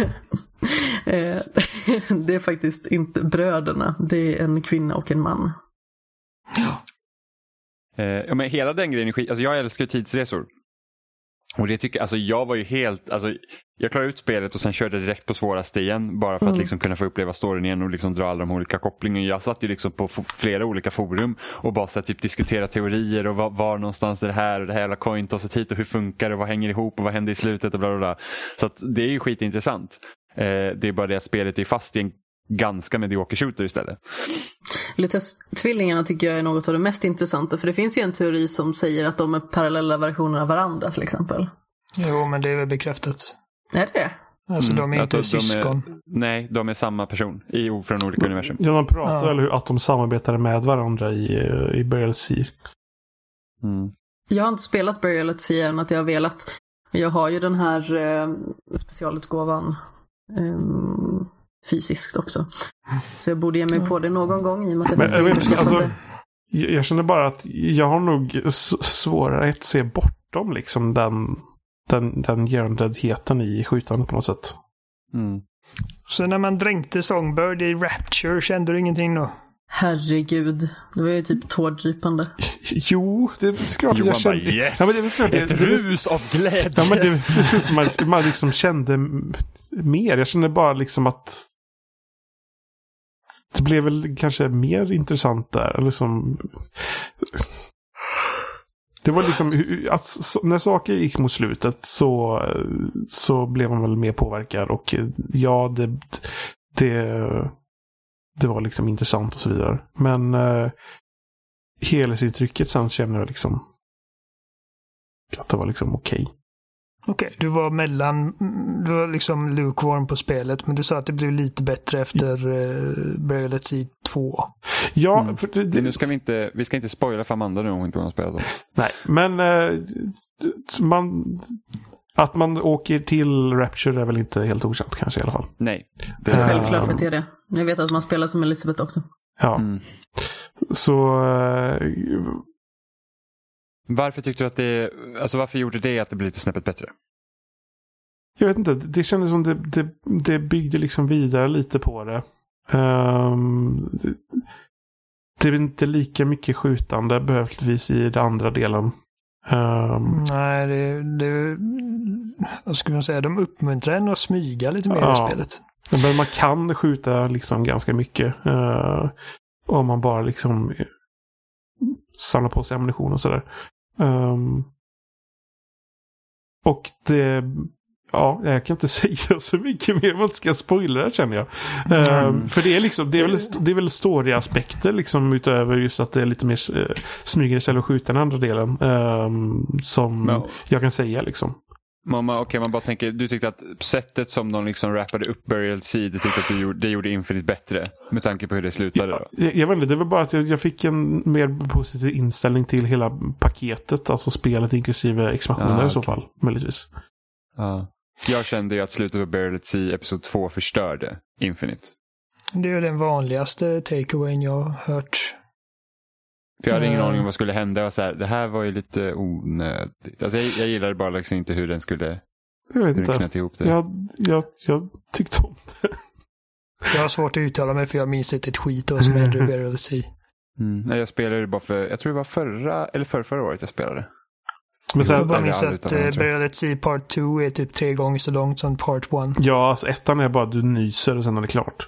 det är faktiskt inte bröderna. Det är en kvinna och en man. Ja, men hela den grejen, alltså jag älskar tidsresor. Och det tycker, alltså jag var ju helt, alltså jag klarade ut spelet och sen körde direkt på svåraste igen bara för att liksom kunna få uppleva storyn igen och liksom dra alla de olika kopplingarna. Jag satt ju liksom på flera olika forum och bara så här, typ diskutera teorier och var någonstans är det här och det här jävla cointosset hit och hur funkar det och vad hänger ihop och vad händer i slutet och bla bla bla. Så att det är ju skitintressant. Det är bara det att spelet är fast i en ganska medioker shooter istället. Lutess-tvillingarna tycker jag är något av det mest intressanta, för det finns ju en teori som säger att de är parallella versioner av varandra till exempel. Jo, men det är väl bekräftat. Är det? Alltså de är inte syskon. Nej, de är samma person från olika universum. Ja, de pratar eller att de samarbetade med varandra i Burial at Sea. Jag har inte spelat Burial at Sea än att jag har velat. Jag har ju den här specialutgåvan fysiskt också. Så jag borde ge mig på det någon gång i och med att det finns jag känner bara att jag har nog svårare att se bortom liksom den hjärndödheten i skjutandet på något sätt. Så när man dränkte Songbird i Rapture, kände du ingenting då? Herregud, det var ju typ tårdrypande. Jo, det är klart jag kände. Yes. Ja, men det är klart, ett rus av glädje. Ja, men det är precis som man liksom kände mer. Jag kände bara liksom att det blev väl kanske mer intressant där. Eller som... Det var liksom att när saker gick mot slutet så blev man väl mer påverkad och ja, det var liksom intressant och så vidare. Men helhetsintrycket sen känner jag liksom att det var liksom okej. Okej, du var liksom lukewarm på spelet, men du sa att det blev lite bättre efter Burial at Sea 2. Ja, för nu ska vi ska inte spoila för Amanda nu om hon inte har spelat dem. Nej, men att man åker till Rapture är väl inte helt okänt kanske i alla fall. Nej. Självklart vet jag det. Jag vet att man spelar som Elizabeth också. Ja. Så varför tyckte du att varför gjorde det att det blev lite snäppet bättre? Jag vet inte, det kändes som det byggde liksom vidare lite på det. Det är inte lika mycket skjutande behövligtvis i den andra delen. Nej, det vad skulle man säga, de uppmuntrar en att smyga lite mer i spelet. Men man kan skjuta liksom ganska mycket om man bara liksom samlar på sig ammunition och sådär. Och det jag kan inte säga så mycket mer om att ska spoila, känner jag. För det är liksom det är väl story-aspekter liksom utöver just att det är lite mer smygande istället för att skjuta den andra delen som jag kan säga liksom. Man bara tänker, du tyckte att sättet som de liksom rappade upp Burial at Sea, du tyckte att det gjorde Infinite bättre med tanke på hur det slutade då? Jag vet inte, det var bara att jag fick en mer positiv inställning till hela paketet, alltså spelet inklusive expansioner i så fall, möjligtvis. Jag kände ju att slutet på Burial at Sea episod 2 förstörde Infinite. Det är den vanligaste takeawayen jag har hört. För jag hade ingen aning om vad skulle hända. Och så här, det här var ju lite onödigt. Alltså jag gillade bara liksom inte hur den skulle knöt ihop det. Jag tyckte om det. Jag har svårt att uttala mig för jag minns inte ett skit av som hände i Burial at Sea. Nej, jag spelade bara jag tror det var förra året jag spelade. Men sen, jag bara minns att Burial at Sea Part 2 är typ 3 gånger så långt som Part 1. Ja, alltså ettan är bara du nyser och sen är det klart.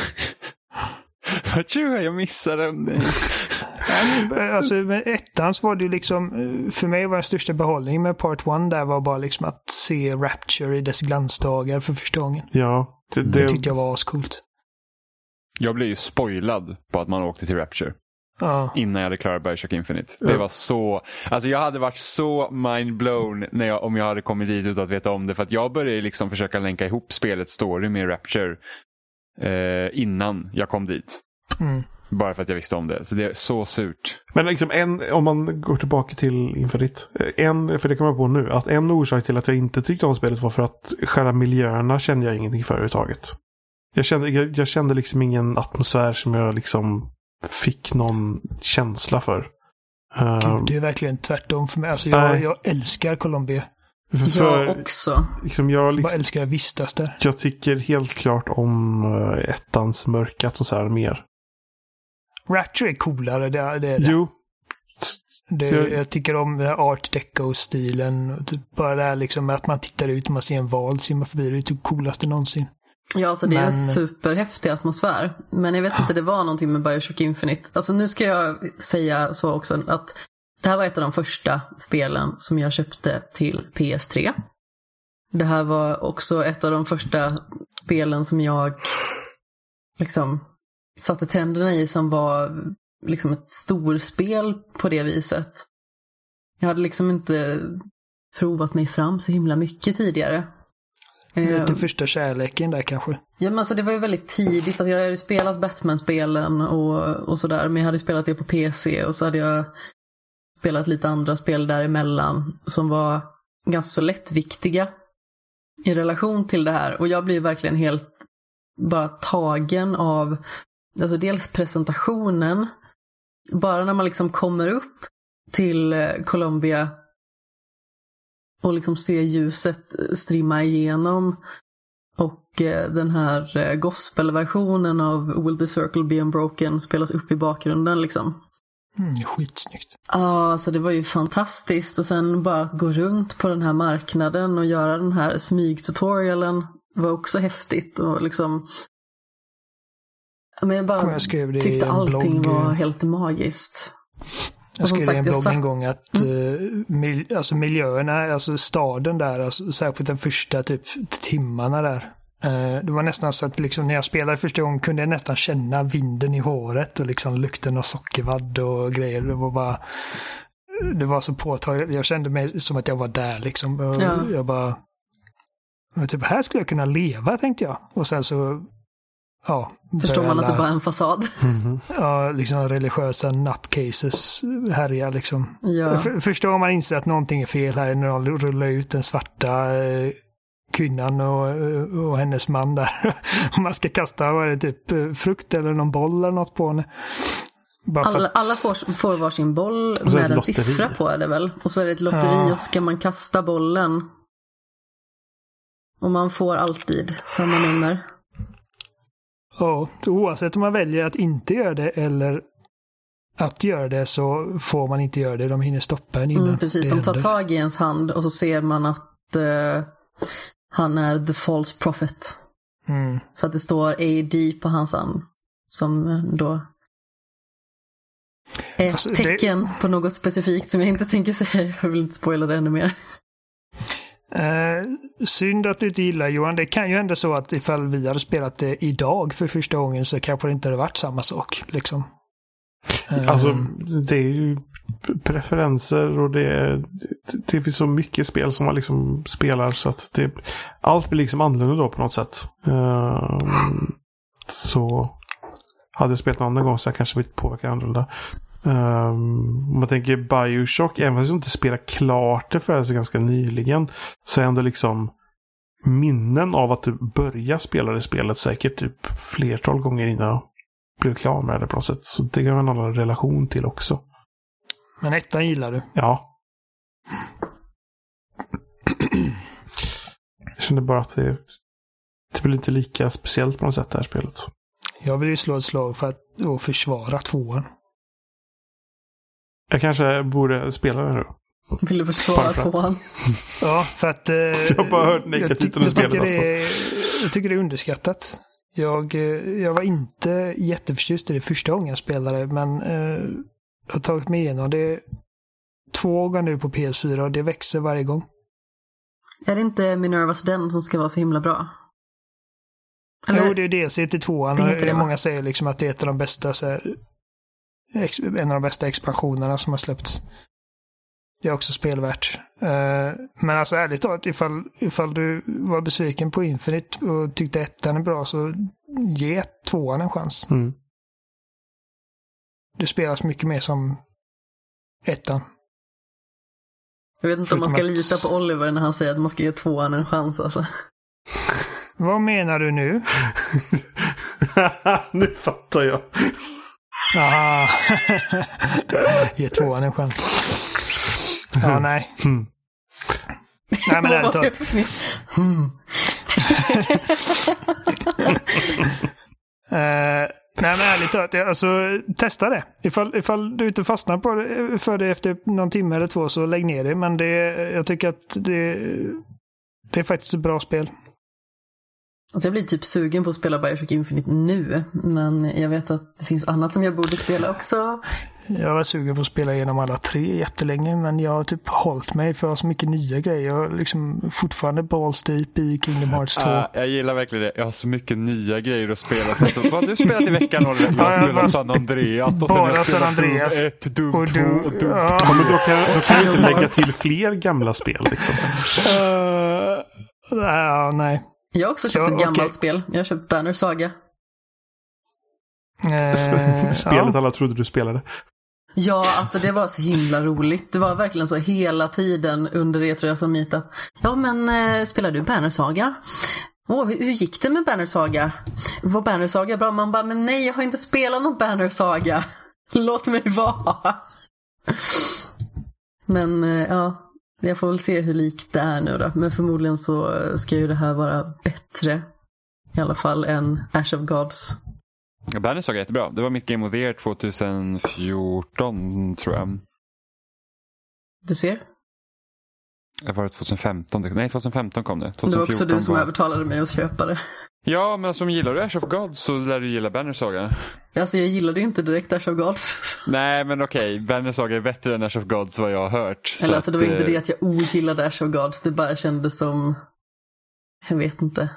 Vad tror jag missade den? Alltså med ettan så var det liksom, för mig var den största behållningen med Part 1 där var bara liksom att se Rapture i dess glansdagar för första gången. Ja, det tyckte jag var ascoolt. Jag blev ju spoilad på att man åkte till Rapture. Innan jag hade klarat Bioshock Infinite. Det var så... Alltså jag hade varit så mindblown om jag hade kommit dit utan att veta om det. För att jag började liksom försöka länka ihop spelets story med Rapture innan jag kom dit. Bara för att jag visste om det. Så det är så surt. Men liksom om man går tillbaka till Infinite. För det kommer jag på nu. Att en orsak till att jag inte tyckte om spelet var för att själva miljöerna kände jag ingenting för överhuvudtaget. Jag kände liksom ingen atmosfär som jag liksom fick någon känsla för. Gud, det är verkligen tvärtom för mig. Alltså jag älskar Colombia. Jag också. Liksom jag bara älskar att vistas där. Jag tycker helt klart om ettans mörka atmosfär mer. Rapture är coolare, det är det. Jo. Jag tycker om Art Deco-stilen. Typ bara det här liksom att man tittar ut och man ser en val simma förbi. Det är typ coolaste någonsin. Ja, alltså det är en superhäftig atmosfär. Men jag vet inte, det var någonting med Bioshock Infinite. Alltså nu ska jag säga så också att det här var ett av de första spelen som jag köpte till PS3. Det här var också ett av de första spelen som jag liksom satte tänderna i, som var liksom ett storspel på det viset. Jag hade liksom inte provat mig fram så himla mycket tidigare. Lite första kärleken där kanske. Ja, men alltså det var ju väldigt tidigt att jag hade spelat Batman-spelen och sådär. Men jag hade spelat det på PC och så hade jag spelat lite andra spel däremellan som var ganska så lättviktiga i relation till det här. Och jag blev verkligen helt bara tagen av alltså dels presentationen. Bara när man liksom kommer upp till Colombia och liksom ser ljuset strimma igenom och den här gospelversionen av Will the Circle Be Unbroken spelas upp i bakgrunden liksom. Skitsnyggt. Ja, alltså det var ju fantastiskt. Och sen bara att gå runt på den här marknaden och göra den här smygtutorialen var också häftigt. Och liksom... Men jag bara tyckte allting var helt magiskt. Jag skrev i en blogg en gång att alltså miljöerna, alltså staden där, alltså särskilt de första typ timmarna där. Det var nästan så att liksom, när jag spelade första gången kunde jag nästan känna vinden i håret och liksom lukten av sockervadd och grejer. Det var så påtagligt. Jag kände mig som att jag var där liksom. Och jag bara typ här skulle jag kunna leva, tänkte jag. Och sen så förstår man att det bara är en fasad. Ja, liksom religiösa nutcases härjar liksom. Ja. Förstår man inser att någonting är fel här när de rullar ut den svarta kvinnan och hennes man där. Om man ska kasta typ frukt eller någon boll eller något på henne. Alla får varsin boll med en siffra på det väl. Och så är det ett lotteri och så ska man kasta bollen. Och man får alltid samma nummer. Ja, oavsett om man väljer att inte göra det eller att göra det så får man inte göra det. De hinner stoppa en innan. Precis, de tar tag i ens hand och så ser man att han är the false prophet. För att det står AD på hans hand. Som då är ett tecken på något specifikt som jag inte tänker säga. Jag vill inte spoila det ännu mer. Synd att du inte gillar, Johan. Det kan ju ändå så att ifall vi hade spelat det idag för första gången så kanske det inte hade varit samma sak liksom. Alltså det är ju preferenser och det finns så mycket spel som man liksom spelar så att allt blir liksom annorlunda då på något sätt. Så hade jag spelat någon annan gång så jag kanske blivit påverkad annorlunda. Om man tänker Bioshock, även om jag inte spelar klart det för ganska nyligen, så är ändå liksom minnen av att du börjar spela det spelet säkert typ flertal gånger innan jag blev klar med det på något sätt. Så det har en annan relation till också. Men ettan gillar du? Ja. Jag känner bara att det blir inte lika speciellt på något sätt det här spelet. Jag vill ju slå ett slag för att försvara tvåan. Jag kanske borde spela den då. Vill du försvara tvåan? Ja, för att... jag har bara hört negativt om spelet alltså. Jag tycker det är underskattat. Jag var inte jätteförtjust i det första gången jag spelade, men jag har tagit mig igenom det 2 gånger nu på PS4 och det växer varje gång. Är det inte Minervas Den som ska vara så himla bra? Eller? Jo, det är DLC till 2:an. Många säger liksom att det är ett av de bästa, en av de bästa expansionerna som har släppts. Det är också spelvärt. Men alltså ärligt talat, ifall du var besviken på Infinite och tyckte 1:an är bra, så ge 2:an en chans. Mm. Det spelas mycket mer som 1:an. Jag vet inte om man ska lita på Oliver när han säger att man ska ge 2:an en chans alltså. Vad menar du nu? Nu fattar jag. Aha. Ge 2:an en chans. Ja, nej. Nej, men ärligt talat. Nej, men ärligt talat, alltså testa det. Ifall du inte fastnar på det, för det efter någon timme eller 2, så lägg ner det. Men jag tycker att det är faktiskt ett bra spel. Alltså jag blir typ sugen på att spela Bioshock Infinite nu, men jag vet att det finns annat som jag borde spela också. Jag var sugen på att spela igenom alla 3 jättelänge, men jag har typ hållit mig för så mycket nya grejer. Jag har liksom fortfarande balls deep i Kingdom Hearts 2. Jag gillar verkligen det. Jag har så mycket nya grejer att spela. Alltså, vad har du spelat i veckan? Jag spelar San Andreas. Bara San Andreas. Doom 2 och Doom. Ja, men då kan du inte lägga till fler gamla spel liksom. Nej. Jag har också köpt ett gammalt spel. Jag har köpt Banner Saga. Spelet alla trodde du spelade. Ja, alltså det var så himla roligt. Det var verkligen så hela tiden under Retroresan Meetup. Ja, men spelar du Banner Saga? Hur gick det med Banner Saga? Var Banner Saga bra? Man bara, men nej, jag har inte spelat någon Banner Saga. Låt mig vara. Men ja, jag får väl se hur likt det är nu då. Men förmodligen så ska ju det här vara bättre i alla fall än Ash of Gods. Banner Saga är jättebra. Det var mitt Game of the Year 2014 tror jag. Du ser? Det var 2015. Nej, 2015 kom det. 2014 det var också du som övertalade mig att köpa det. Ja, men som gillar du Ash of Gods så lär du gilla Banner Saga. Alltså jag gillade ju inte direkt Ash of Gods. Nej, men okej. Banner Saga är bättre än Ash of Gods vad jag har hört. Eller alltså det var inte det att jag ogillade Ash of Gods. Det bara kändes som... Jag vet inte.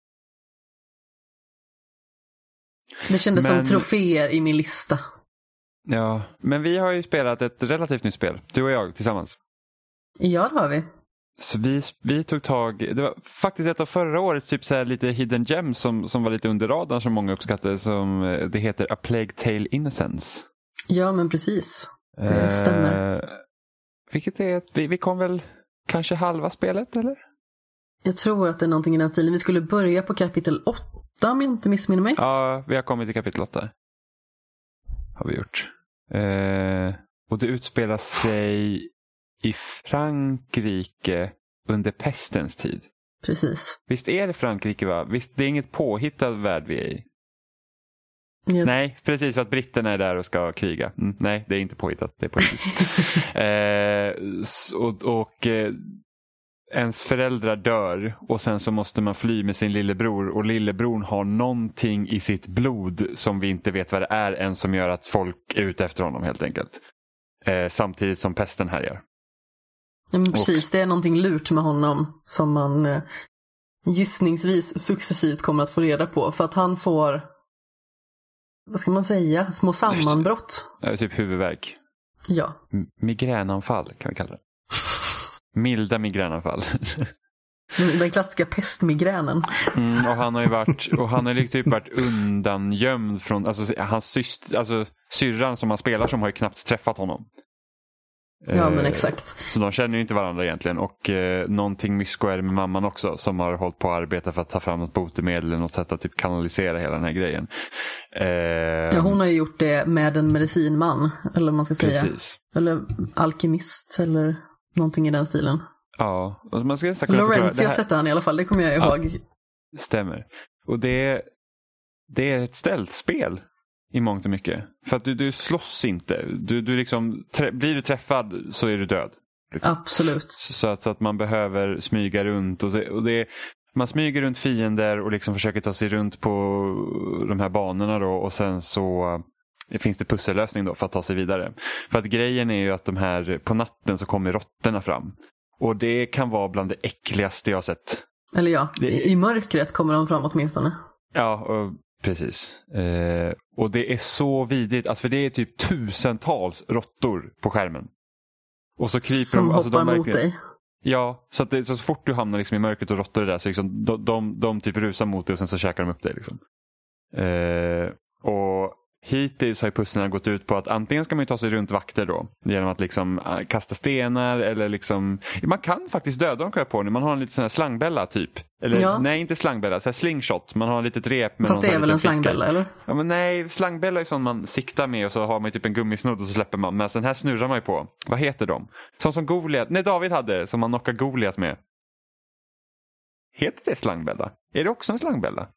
Det kändes som troféer i min lista. Ja, men vi har ju spelat ett relativt nytt spel. Du och jag tillsammans. Ja, det har vi. Så vi tog tag... Det var faktiskt ett av förra årets typ så här lite hidden gems som var lite under radarn som många uppskattade. Som det heter A Plague Tale Innocence. Ja, men precis. Det stämmer. Vilket är... Vi kom väl kanske halva spelet, eller? Jag tror att det är någonting i den stilen. Vi skulle börja på kapitel 8, om jag inte missminner mig. Ja, vi har kommit till kapitel 8. Har vi gjort. Och det utspelar sig i Frankrike under pestens tid. Precis. Visst är det Frankrike, va? Visst, det är inget påhittad värld vi är i. Ja. Nej, precis, för att britterna är där och ska kriga. Nej, det är inte påhittat. Det är påhittat. Ens föräldrar dör och sen så måste man fly med sin lillebror och lillebror har någonting i sitt blod som vi inte vet vad det är än som gör att folk är ute efter honom helt enkelt. Samtidigt som pesten härjar. Ja, men precis, det är någonting lurt med honom som man gissningsvis successivt kommer att få reda på för att han får, vad ska man säga, små sammanbrott. Typ huvudvärk. Ja. Migränanfall kan vi kalla det. Milda migränanfall. Den klassiska pestmigränen. Och han har ju typ varit undangömd från hans syster, alltså syrran som han spelar som har ju knappt träffat honom. Ja, men exakt. Så de känner ju inte varandra egentligen. Och någonting mysko är det med mamman också som har hållit på att arbeta för att ta fram något botemedel eller något sätt att typ kanalisera hela den här grejen. Ja, hon har ju gjort det med en medicinman, eller vad man ska säga. Precis. Eller alkemist eller någonting i den stilen. Ja, och man ska Lorenzo sätter han i alla fall, det kommer jag ihåg. Stämmer. Och det är ett stealth-spel. i mångt och mycket. För att du slåss inte. Du liksom, blir du träffad så är du död. Liksom. Absolut. Så att man behöver smyga runt. Man smyger runt fiender och liksom försöker ta sig runt på de här banorna då. Och sen så finns det pussellösning då för att ta sig vidare. För att grejen är ju att de här på natten så kommer råttorna fram. Och det kan vara bland det äckligaste jag har sett. Eller ja, i mörkret kommer de fram åtminstone. Ja, precis. Och det är så vidrigt. Alltså för det är typ tusentals råttor på skärmen. Och så kryper som de. Alltså hoppar de mot dig. Ja, så, att så fort du hamnar liksom i mörkret och råttor där så liksom, de typ rusar mot dig och sen så käkar de upp dig. Liksom. Och hittills har ju pusslarna gått ut på att antingen ska man ju ta sig runt vakter då genom att liksom kasta stenar eller liksom, man kan faktiskt döda dem på nu. Man har en liten sån här slangbälla typ. Eller nej, inte slangbälla, så här slingshot. Man har ett litet rep med. Fast det är väl en slangbälla eller? Ja men nej, slangbälla är sån man siktar med och så har man typ en gummisnodd och så släpper man. Men den här snurrar man ju på. Vad heter de? Som Goliat, nej David hade som man knockar Goliat med. Heter det slangbälla? Är det också en slangbälla?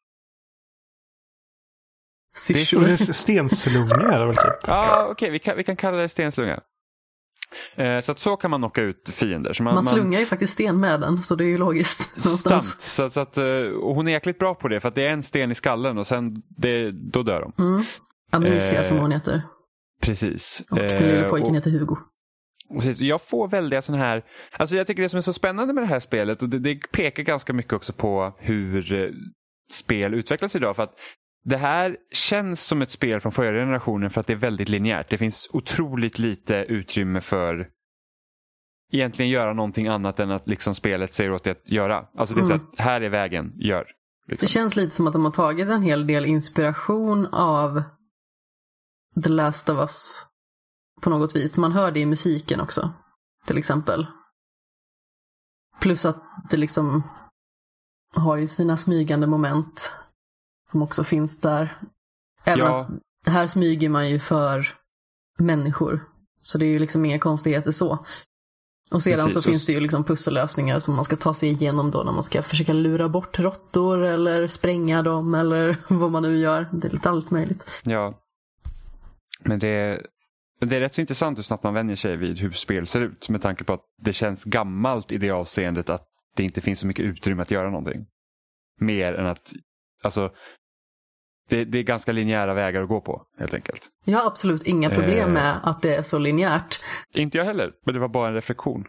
Det är stenslunga är det väl typ? Ja, okej, vi kan kalla det stenslunga. Så att så kan man knocka ut fiender. Så man slungar ju faktiskt sten med den, så det är ju logiskt. Sant, så att, och hon är jäkligt bra på det för att det är en sten i skallen och sen då dör de. Amicia som hon heter. Precis. Och den lilla pojken heter Hugo. Jag får väldigt sån här, alltså jag tycker det som är så spännande med det här spelet och det pekar ganska mycket också på hur spel utvecklas idag, för att det här känns som ett spel från förra generationen för att det är väldigt linjärt. Det finns otroligt lite utrymme för egentligen göra någonting annat än att liksom spelet säger åt det att göra. Alltså det är så att här är vägen, gör. Liksom. Det känns lite som att de har tagit en hel del inspiration av The Last of Us på något vis. Man hör det i musiken också, till exempel. Plus att det liksom har ju sina smygande moment som också finns där. Även att här smyger man ju för människor. Så det är ju liksom inga konstigheter så. Och sedan precis, så finns det ju liksom pussellösningar som man ska ta sig igenom då när man ska försöka lura bort råttor eller spränga dem eller vad man nu gör. Det är lite allt möjligt. Ja. Men det är rätt så intressant hur snabbt man vänjer sig vid hur spel ser ut. Med tanke på att det känns gammalt i det avseendet att det inte finns så mycket utrymme att göra någonting. Mer än att, alltså, det är ganska linjära vägar att gå på, helt enkelt. Jag har absolut inga problem med att det är så linjärt. Inte jag heller, men det var bara en reflektion.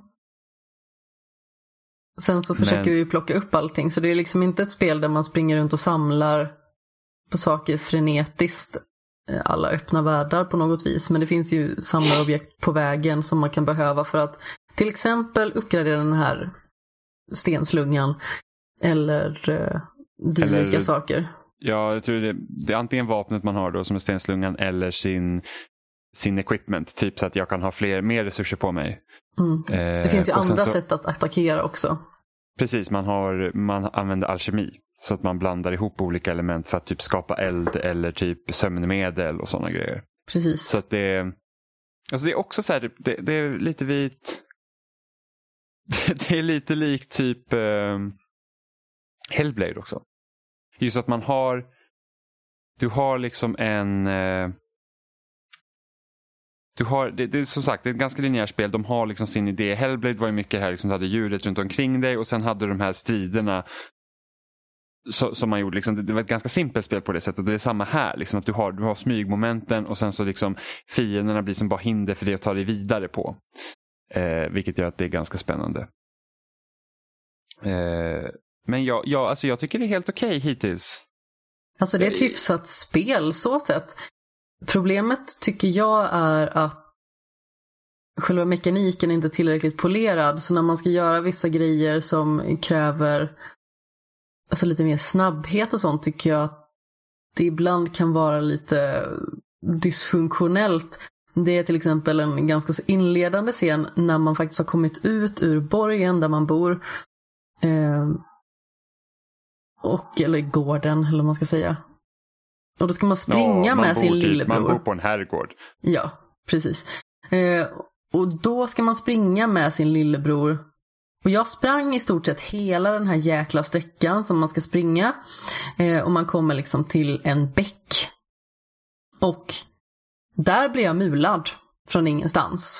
Sen så försöker vi plocka upp allting, så det är liksom inte ett spel där man springer runt och samlar på saker frenetiskt. Alla öppna världar på något vis, men det finns ju samlarobjekt på vägen som man kan behöva för att till exempel uppgradera den här stenslungan eller dylika saker. Ja, jag tror det är antingen vapnet man har då som är stenslungan eller sin equipment, typ så att jag kan ha mer resurser på mig. Det finns ju andra sätt att attackera också. Precis, man använder alkemi. Så att man blandar ihop olika element för att typ skapa eld eller typ sömnmedel och sådana grejer. Precis. Så att det är också så här, det är lite vit. Det är lite likt typ Hellblade också. Just att du har liksom en det är som sagt, det är ett ganska linjärt spel. De har liksom sin idé. Hellblade var ju mycket här liksom, du hade ljudet runt omkring dig och sen hade du de här striderna som man gjorde, liksom, det var ett ganska simpelt spel på det sättet. Det är samma här, liksom, att du har smygmomenten och sen så liksom fienderna blir som bara hinder för det att ta dig vidare på. Vilket gör att det är ganska spännande. Men jag tycker det är helt okej hittills. Alltså det är ett hyfsat spel så sett. Problemet tycker jag är att själva mekaniken är inte tillräckligt polerad. Så när man ska göra vissa grejer som kräver alltså lite mer snabbhet och sånt, tycker jag att det ibland kan vara lite dysfunktionellt. Det är till exempel en ganska så inledande scen när man faktiskt har kommit ut ur borgen där man bor. Eller gården, eller vad man ska säga. Och då ska man springa med sin lillebror. Man bor på en herrgård. Ja, precis. Och då ska man springa med sin lillebror. Och jag sprang i stort sett hela den här jäkla sträckan som man ska springa. Och man kommer liksom till en bäck. Och där blev jag mulad från ingenstans.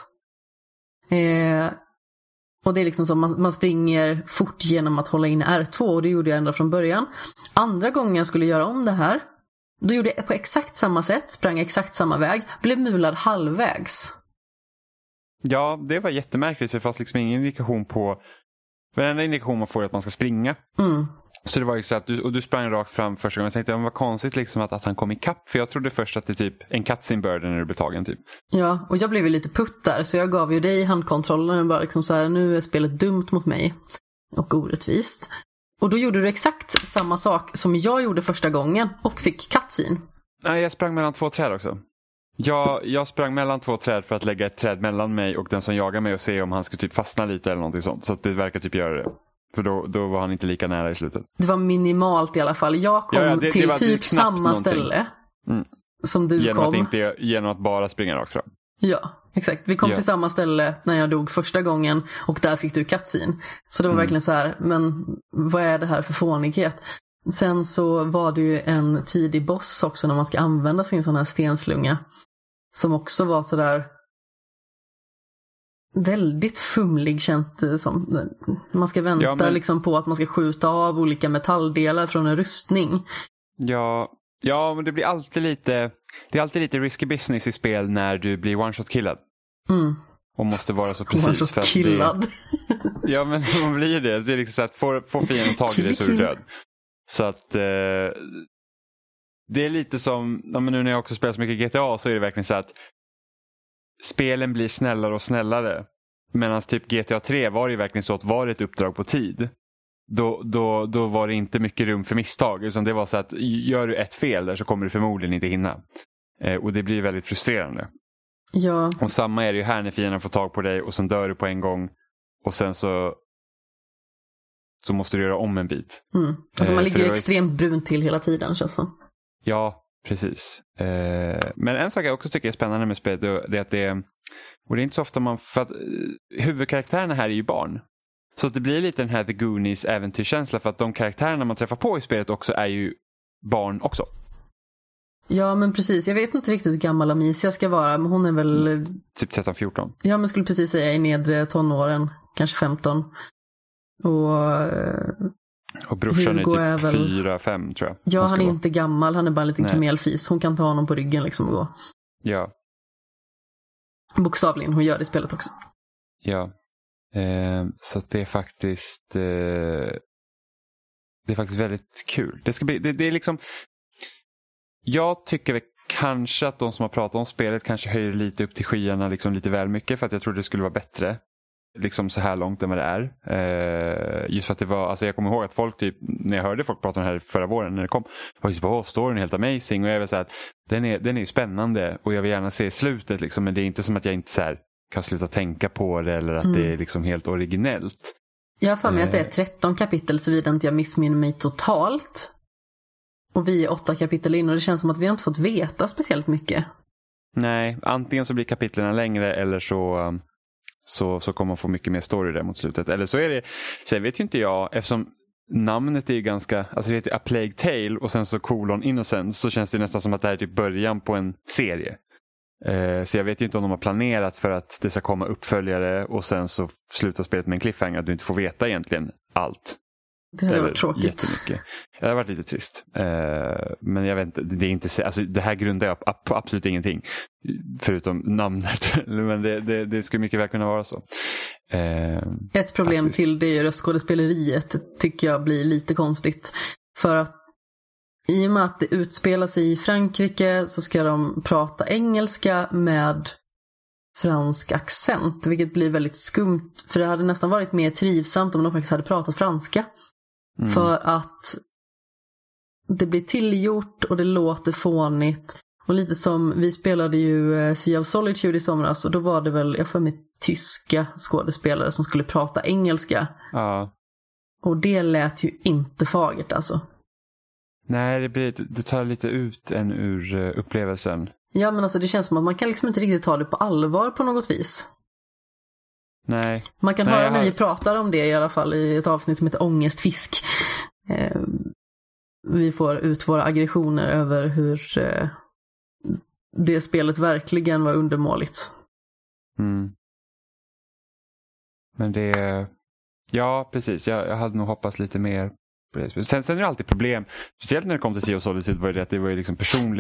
Och det är liksom så, man springer fort genom att hålla in R2, och det gjorde jag ända från början. Andra gången jag skulle göra om det här, då gjorde jag på exakt samma sätt, sprang exakt samma väg, blev mulad halvvägs. Ja, det var jättemärkligt, för det fanns liksom ingen indikation på... Den enda indikation man får är att man ska springa. Så det var ju så att du sprang rakt fram första gången. Jag tänkte, det var konstigt liksom att han kom i kapp. För jag trodde först att det är typ en cutscene burden när du blev tagen typ. Ja, och jag blev ju lite putt där. Så jag gav ju dig handkontrollen och bara liksom så här, nu är spelet dumt mot mig. Och orättvist. Och då gjorde du exakt samma sak som jag gjorde första gången. Och fick cutscene. Nej, jag sprang mellan 2 träd också. Jag sprang mellan 2 träd för att lägga ett träd mellan mig och den som jagar mig och se om han skulle typ fastna lite eller någonting sånt. Så att det verkar typ göra det. För då var han inte lika nära i slutet. Det var minimalt i alla fall. Jag kom till typ samma ställe som du kom. Genom att bara springa rakt fram. Ja, exakt. Vi kom till samma ställe när jag dog första gången, och där fick du cutscene. Så det var verkligen så här, men vad är det här för fånighet? Sen så var det ju en tidig boss också när man ska använda sin sån här stenslunga. Som också var så där väldigt fumlig, känns det som. Man ska vänta liksom på att man ska skjuta av olika metalldelar från en rustning. Ja, men det blir alltid lite... Det är alltid lite risky business i spel när du blir one-shot killad. Och måste vara så precis. One-shot killad. Ja, men man blir det. Det är liksom så att får fienden tag i dig så är du död. Så att... det är lite som... Ja, men nu när jag också spelar så mycket GTA så är det verkligen så att spelen blir snällare och snällare. Medan typ GTA 3 var det ju verkligen så att var det ett uppdrag på tid, då var det inte mycket rum för misstag. Utan det var så att gör du ett fel där så kommer du förmodligen inte hinna. Och det blir väldigt frustrerande. Ja. Och samma är det ju här när fienden får tag på dig och sen dör du på en gång. Och sen så måste du göra om en bit. Alltså man ligger ju extremt brunt till hela tiden, känns som. Ja, precis. Men en sak jag också tycker är spännande med spelet, det är att det är, och det är inte så ofta för att huvudkaraktärerna här är ju barn. Så att det blir lite den här The Goonies äventyrskänsla, för att de karaktärerna man träffar på i spelet också är ju barn också. Ja, men precis. Jag vet inte riktigt hur gammal Amicia ska vara, men hon är väl... Typ 13-14. Ja, men skulle precis säga i nedre tonåren, kanske 15. Och brorsan Hugo är typ 4-5 tror jag. Ja, han är inte gammal, han är bara en liten kamelfis. Hon kan ta honom på ryggen liksom och gå. Ja. Bokstavligen, hon gör det i spelet också. Ja. Så det är faktiskt väldigt kul. Det ska bli, det är liksom, jag tycker väl kanske att de som har pratat om spelet kanske höjer lite upp till skyarna liksom lite väl mycket, för att jag trodde det skulle vara bättre liksom så här långt än vad det är. Just för att det var, alltså jag kommer ihåg att folk typ, när jag hörde folk prata om det här förra våren när det kom, var ju bara, storyn är helt amazing, och jag vill säga att den är ju spännande och jag vill gärna se slutet liksom, men det är inte som att jag inte så här kan sluta tänka på det eller att det är liksom helt originellt. Jag har för mig att det är 13 kapitel, så vidare inte jag missminner mig totalt. Och vi är 8 kapitel in och det känns som att vi har inte fått veta speciellt mycket. Nej, antingen så blir kapitlerna längre eller så kommer man få mycket mer story där mot slutet. Eller så är det, sen vet ju inte jag, eftersom namnet är ju ganska, alltså det heter A Plague Tale och sen så :Innocence, så känns det nästan som att det här är typ början på en serie. Så jag vet ju inte om de har planerat för att det ska komma uppföljare och sen så slutar spelet med en cliffhanger att du inte får veta egentligen allt. Det hade varit tråkigt. Jättemycket. Det har varit lite trist. Men jag vet inte, det är inte, alltså det här grundar jag på absolut ingenting. Förutom namnet. Men det skulle mycket väl kunna vara så. Ett problem faktiskt till det är röstskådespeleriet, tycker jag blir lite konstigt. För att i och med att det utspelar sig i Frankrike så ska de prata engelska med fransk accent, vilket blir väldigt skumt. För det hade nästan varit mer trivsamt om de faktiskt hade pratat franska. För att det blir tillgjort och det låter fånigt. Och lite som, vi spelade ju Sea of Solitude i somras, och då var det väl, jag får med tyska skådespelare som skulle prata engelska. Ja. Och det lät ju inte fagert alltså. Nej, det tar lite ut en ur upplevelsen. Ja, men alltså det känns som att man kan liksom inte riktigt ta det på allvar på något vis. Nej. Man kan höra när vi pratar om det i alla fall i ett avsnitt som heter Ångestfisk. Vi får ut våra aggressioner över hur det spelet verkligen var undermåligt. Men det... Ja, precis. Jag hade nog hoppats lite mer på det. Sen är det alltid problem. Speciellt när det kom till Sea of Solitude var det var ju liksom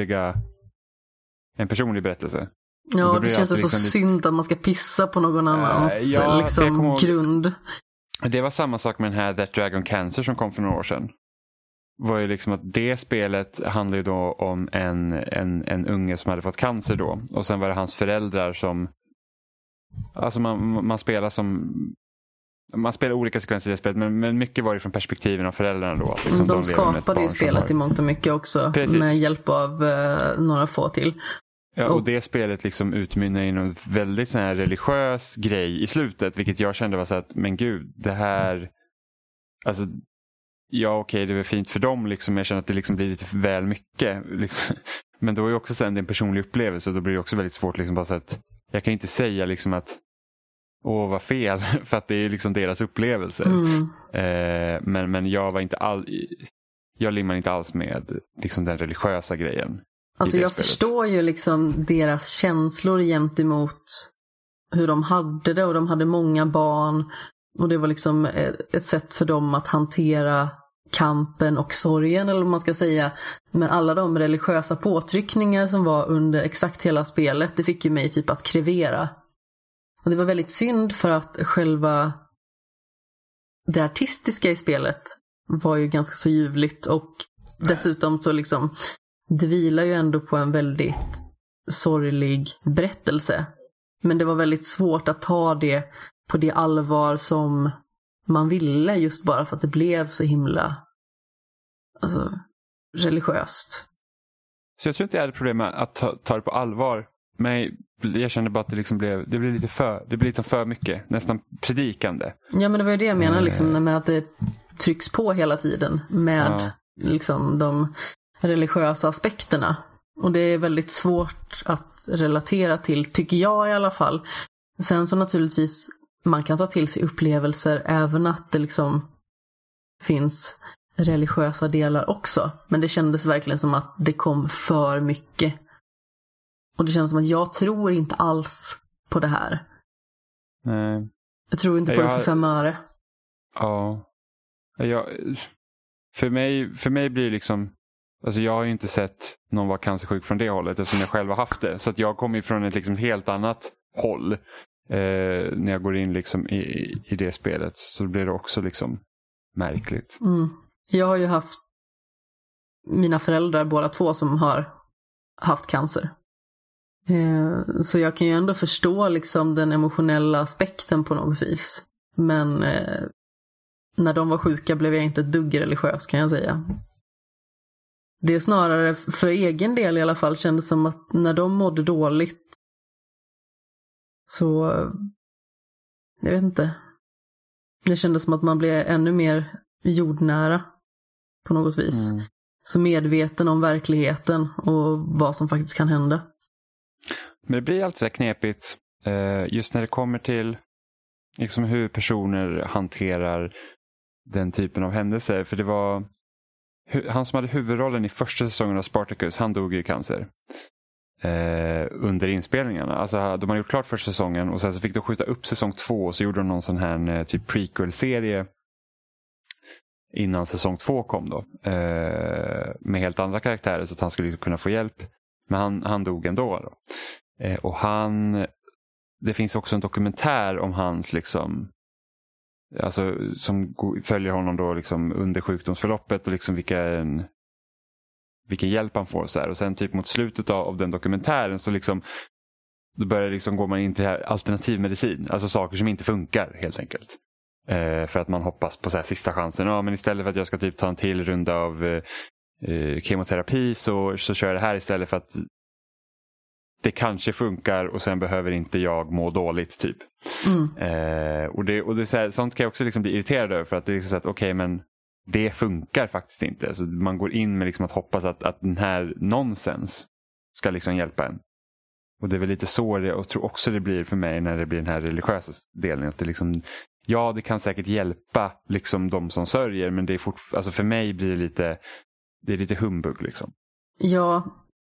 en personlig berättelse. Ja, det känns så synd att man ska pissa på någon annans grund. Det var samma sak med den här That Dragon Cancer som kom för några år sedan. Var ju liksom att det spelet handlade ju då om en unge som hade fått cancer då. Och sen var det hans föräldrar som... Alltså man spelar som... Man spelar olika sekvenser i det spelet, men mycket var det från perspektiven av föräldrarna då. Liksom de skapade ju spelet i mångt och mycket också. Precis. Med hjälp av några få till. Ja, och det spelet liksom utmynnar i en väldigt sån här religiös grej i slutet, vilket jag kände var så att, men gud, det här... Alltså, ja okej, det är väl fint för dem liksom, jag känner att det liksom blir lite väl mycket. Liksom. Men då är ju också sen en personlig upplevelse, då blir det också väldigt svårt liksom bara så att, jag kan inte säga liksom att åh, vad fel, för att det är liksom deras upplevelser. Men jag var inte jag limmar inte alls med liksom den religiösa grejen. Alltså jag förstår ju liksom deras känslor gentemot hur de hade det, och de hade många barn, och det var liksom ett sätt för dem att hantera kampen och sorgen, eller vad man ska säga. Men alla de religiösa påtryckningar som var under exakt hela spelet, det fick ju mig typ att krevera. Och det var väldigt synd, för att själva det artistiska i spelet var ju ganska så ljuvligt, och dessutom så liksom det vilar ju ändå på en väldigt sorglig berättelse. Men det var väldigt svårt att ta det på det allvar som man ville, just bara för att det blev så himla religiöst. Så jag tror inte jag hade problem med att ta det på allvar. Men jag kände bara att det liksom blev lite för mycket, nästan predikande. Ja, men det var ju det jag menar liksom, med att det trycks på hela tiden med liksom de religiösa aspekterna. Och det är väldigt svårt att relatera till, tycker jag i alla fall. Sen så naturligtvis man kan ta till sig upplevelser även att det liksom finns religiösa delar också. Men det kändes verkligen som att det kom för mycket. Och det känns som att jag tror inte alls på det här. Nej. Jag tror inte på det för 5 öre. Ja. För mig blir det liksom... Alltså jag har ju inte sett någon vara cancersjuk från det hållet, eftersom jag själv har haft det. Så att jag kommer ifrån ett liksom helt annat håll när jag går in liksom i det spelet. Så blir det också liksom märkligt. Jag har ju haft mina föräldrar båda två som har haft cancer. Så jag kan ju ändå förstå liksom den emotionella aspekten på något vis. Men när de var sjuka blev jag inte ett dugg religiös, kan jag säga. Det är snarare för egen del i alla fall kändes som att när de mådde dåligt så jag vet inte. Det kändes som att man blev ännu mer jordnära på något vis. Så medveten om verkligheten och vad som faktiskt kan hända. Men det blir alltid så här knepigt just när det kommer till liksom hur personer hanterar den typen av händelser. För det var han som hade huvudrollen i första säsongen av Spartacus, han dog i cancer under inspelningarna. Alltså de hade gjort klart första säsongen och sen så fick de skjuta upp säsong 2 och så gjorde de någon sån här typ prequel-serie innan säsong 2 kom då. Med helt andra karaktärer så att han skulle liksom kunna få hjälp. Men han dog ändå då. Och det finns också en dokumentär om hans liksom, alltså som följer honom då liksom under sjukdomsförloppet och liksom vilken hjälp han får så här. Och sen typ mot slutet av den dokumentären så liksom då börjar liksom går man in till alternativmedicin, alltså saker som inte funkar helt enkelt. För att man hoppas på så här sista chansen. Ja, men istället för att jag ska typ ta en till runda av kemoterapi så kör jag det här istället för att det kanske funkar och sen behöver inte jag må dåligt typ. Och det är så här, sånt kan jag också liksom bli irriterad över för att det är liksom så att okej, men det funkar faktiskt inte. Alltså man går in med liksom att hoppas att den här nonsens ska liksom hjälpa en. Och det är väl lite så det, och tror också det blir för mig när det blir den här religiösa delen. Att det liksom, ja, det kan säkert hjälpa liksom de som sörjer, men det är alltså för mig blir det lite humbug liksom. Ja,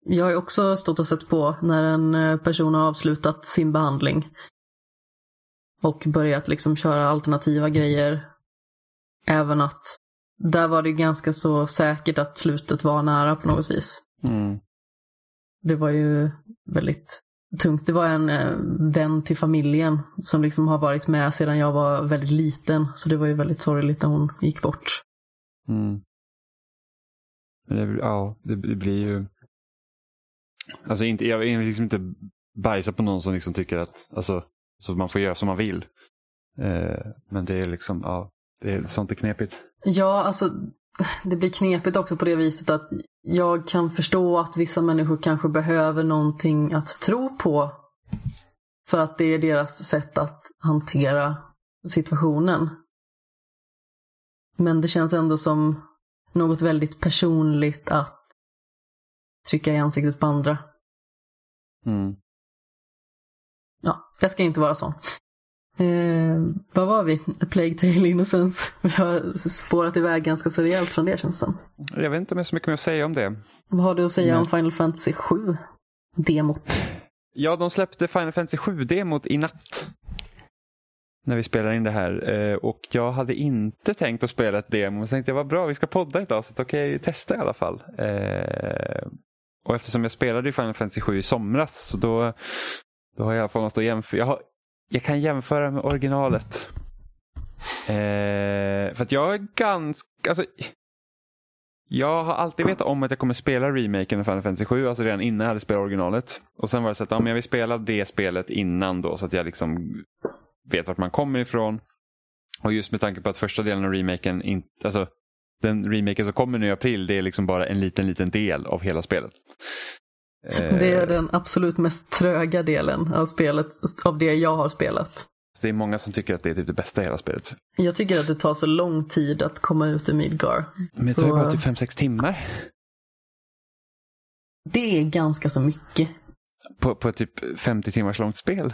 Jag har ju också stått och sett på när en person har avslutat sin behandling och börjat liksom köra alternativa grejer. Även att där var det ganska så säkert att slutet var nära på något vis. Mm. Det var ju väldigt tungt. Det var en vän till familjen som liksom har varit med sedan jag var väldigt liten. Så det var ju väldigt sorgligt när hon gick bort. Mm. Men det blir ju... Alltså jag vill liksom inte bajsa på någon som liksom tycker att så man får göra som man vill. Men det är liksom, sånt är knepigt. Ja, alltså det blir knepigt också på det viset att jag kan förstå att vissa människor kanske behöver någonting att tro på för att det är deras sätt att hantera situationen. Men det känns ändå som något väldigt personligt att trycka i ansiktet på andra. Mm. Ja, jag ska inte vara sån. Vad var vi? A Plague Tale Innocence. Vi har spårat iväg ganska så rejält från det, känns det som. Jag vet inte om jag har så mycket mer att säga om det. Vad har du att säga om Final Fantasy 7 demot? Ja, de släppte Final Fantasy 7 demot i natt. När vi spelar in det här. Och jag hade inte tänkt att spela ett demo. Men så tänkte jag, vad bra, vi ska podda idag. Så då kan jag ju testa i alla fall. Och eftersom jag spelade i Final Fantasy 7 i somras. Så då har jag i alla fall något att jämföra. Jag kan jämföra med originalet. För att jag är ganska... Alltså, jag har alltid vetat om att jag kommer spela remaken av Final Fantasy 7. Alltså redan innan jag hade spelat originalet. Och sen var det så att jag vill spela det spelet innan då. Så att jag liksom vet vart man kommer ifrån. Och just med tanke på att första delen av remaken alltså den remaken som kommer nu i april, det är liksom bara en liten del av hela spelet. Det är den absolut mest tröga delen av spelet, av det jag har spelat. Det är många som tycker att det är typ det bästa i hela spelet. Jag tycker att det tar så lång tid att komma ut ur Midgar. Men det tar ju bara typ 5-6 timmar. Det är ganska så mycket. På typ 50 timmars långt spel.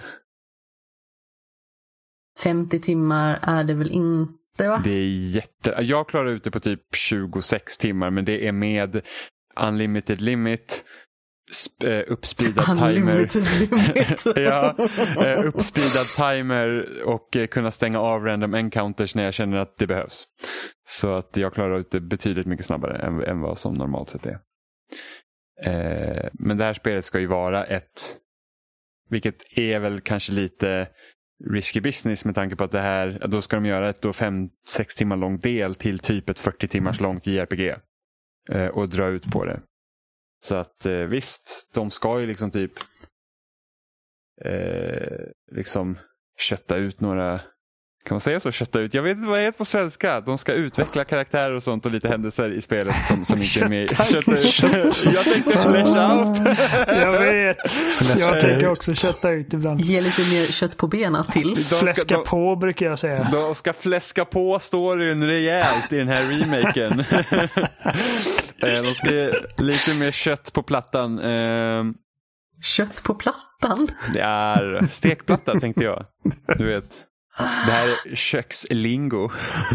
50 timmar är det väl inte, va? Det är jag klarar ut det på typ 26 timmar, men det är med unlimited limit, uppspeedad timer. Ja, uppspeedad timer och kunna stänga av random encounters när jag känner att det behövs. Så att jag klarar ut det betydligt mycket snabbare än vad som normalt sett är. Men det här spelet ska ju vara vilket är väl kanske lite risky business med tanke på att det här, då ska de göra ett 5-6 timmar långt del till typ ett 40 timmars långt JRPG och dra ut på det. Så att visst, de ska ju liksom typ liksom kötta ut några, kan man säga så, kötta ut? Jag vet inte vad det heter på svenska. De ska utveckla karaktärer och sånt och lite händelser i spelet som inte är med. Kötta ut. Jag tänkte flash out. Jag vet. Jag tänker också kötta ut ibland. Ge lite mer kött på benen till. Fläska på brukar jag säga. De ska fläska på storyn rejält i den här remaken. De ska ge lite mer kött på plattan. Kött på plattan? Det är stekplatta, tänkte jag. Du vet. Det här är kökslingo.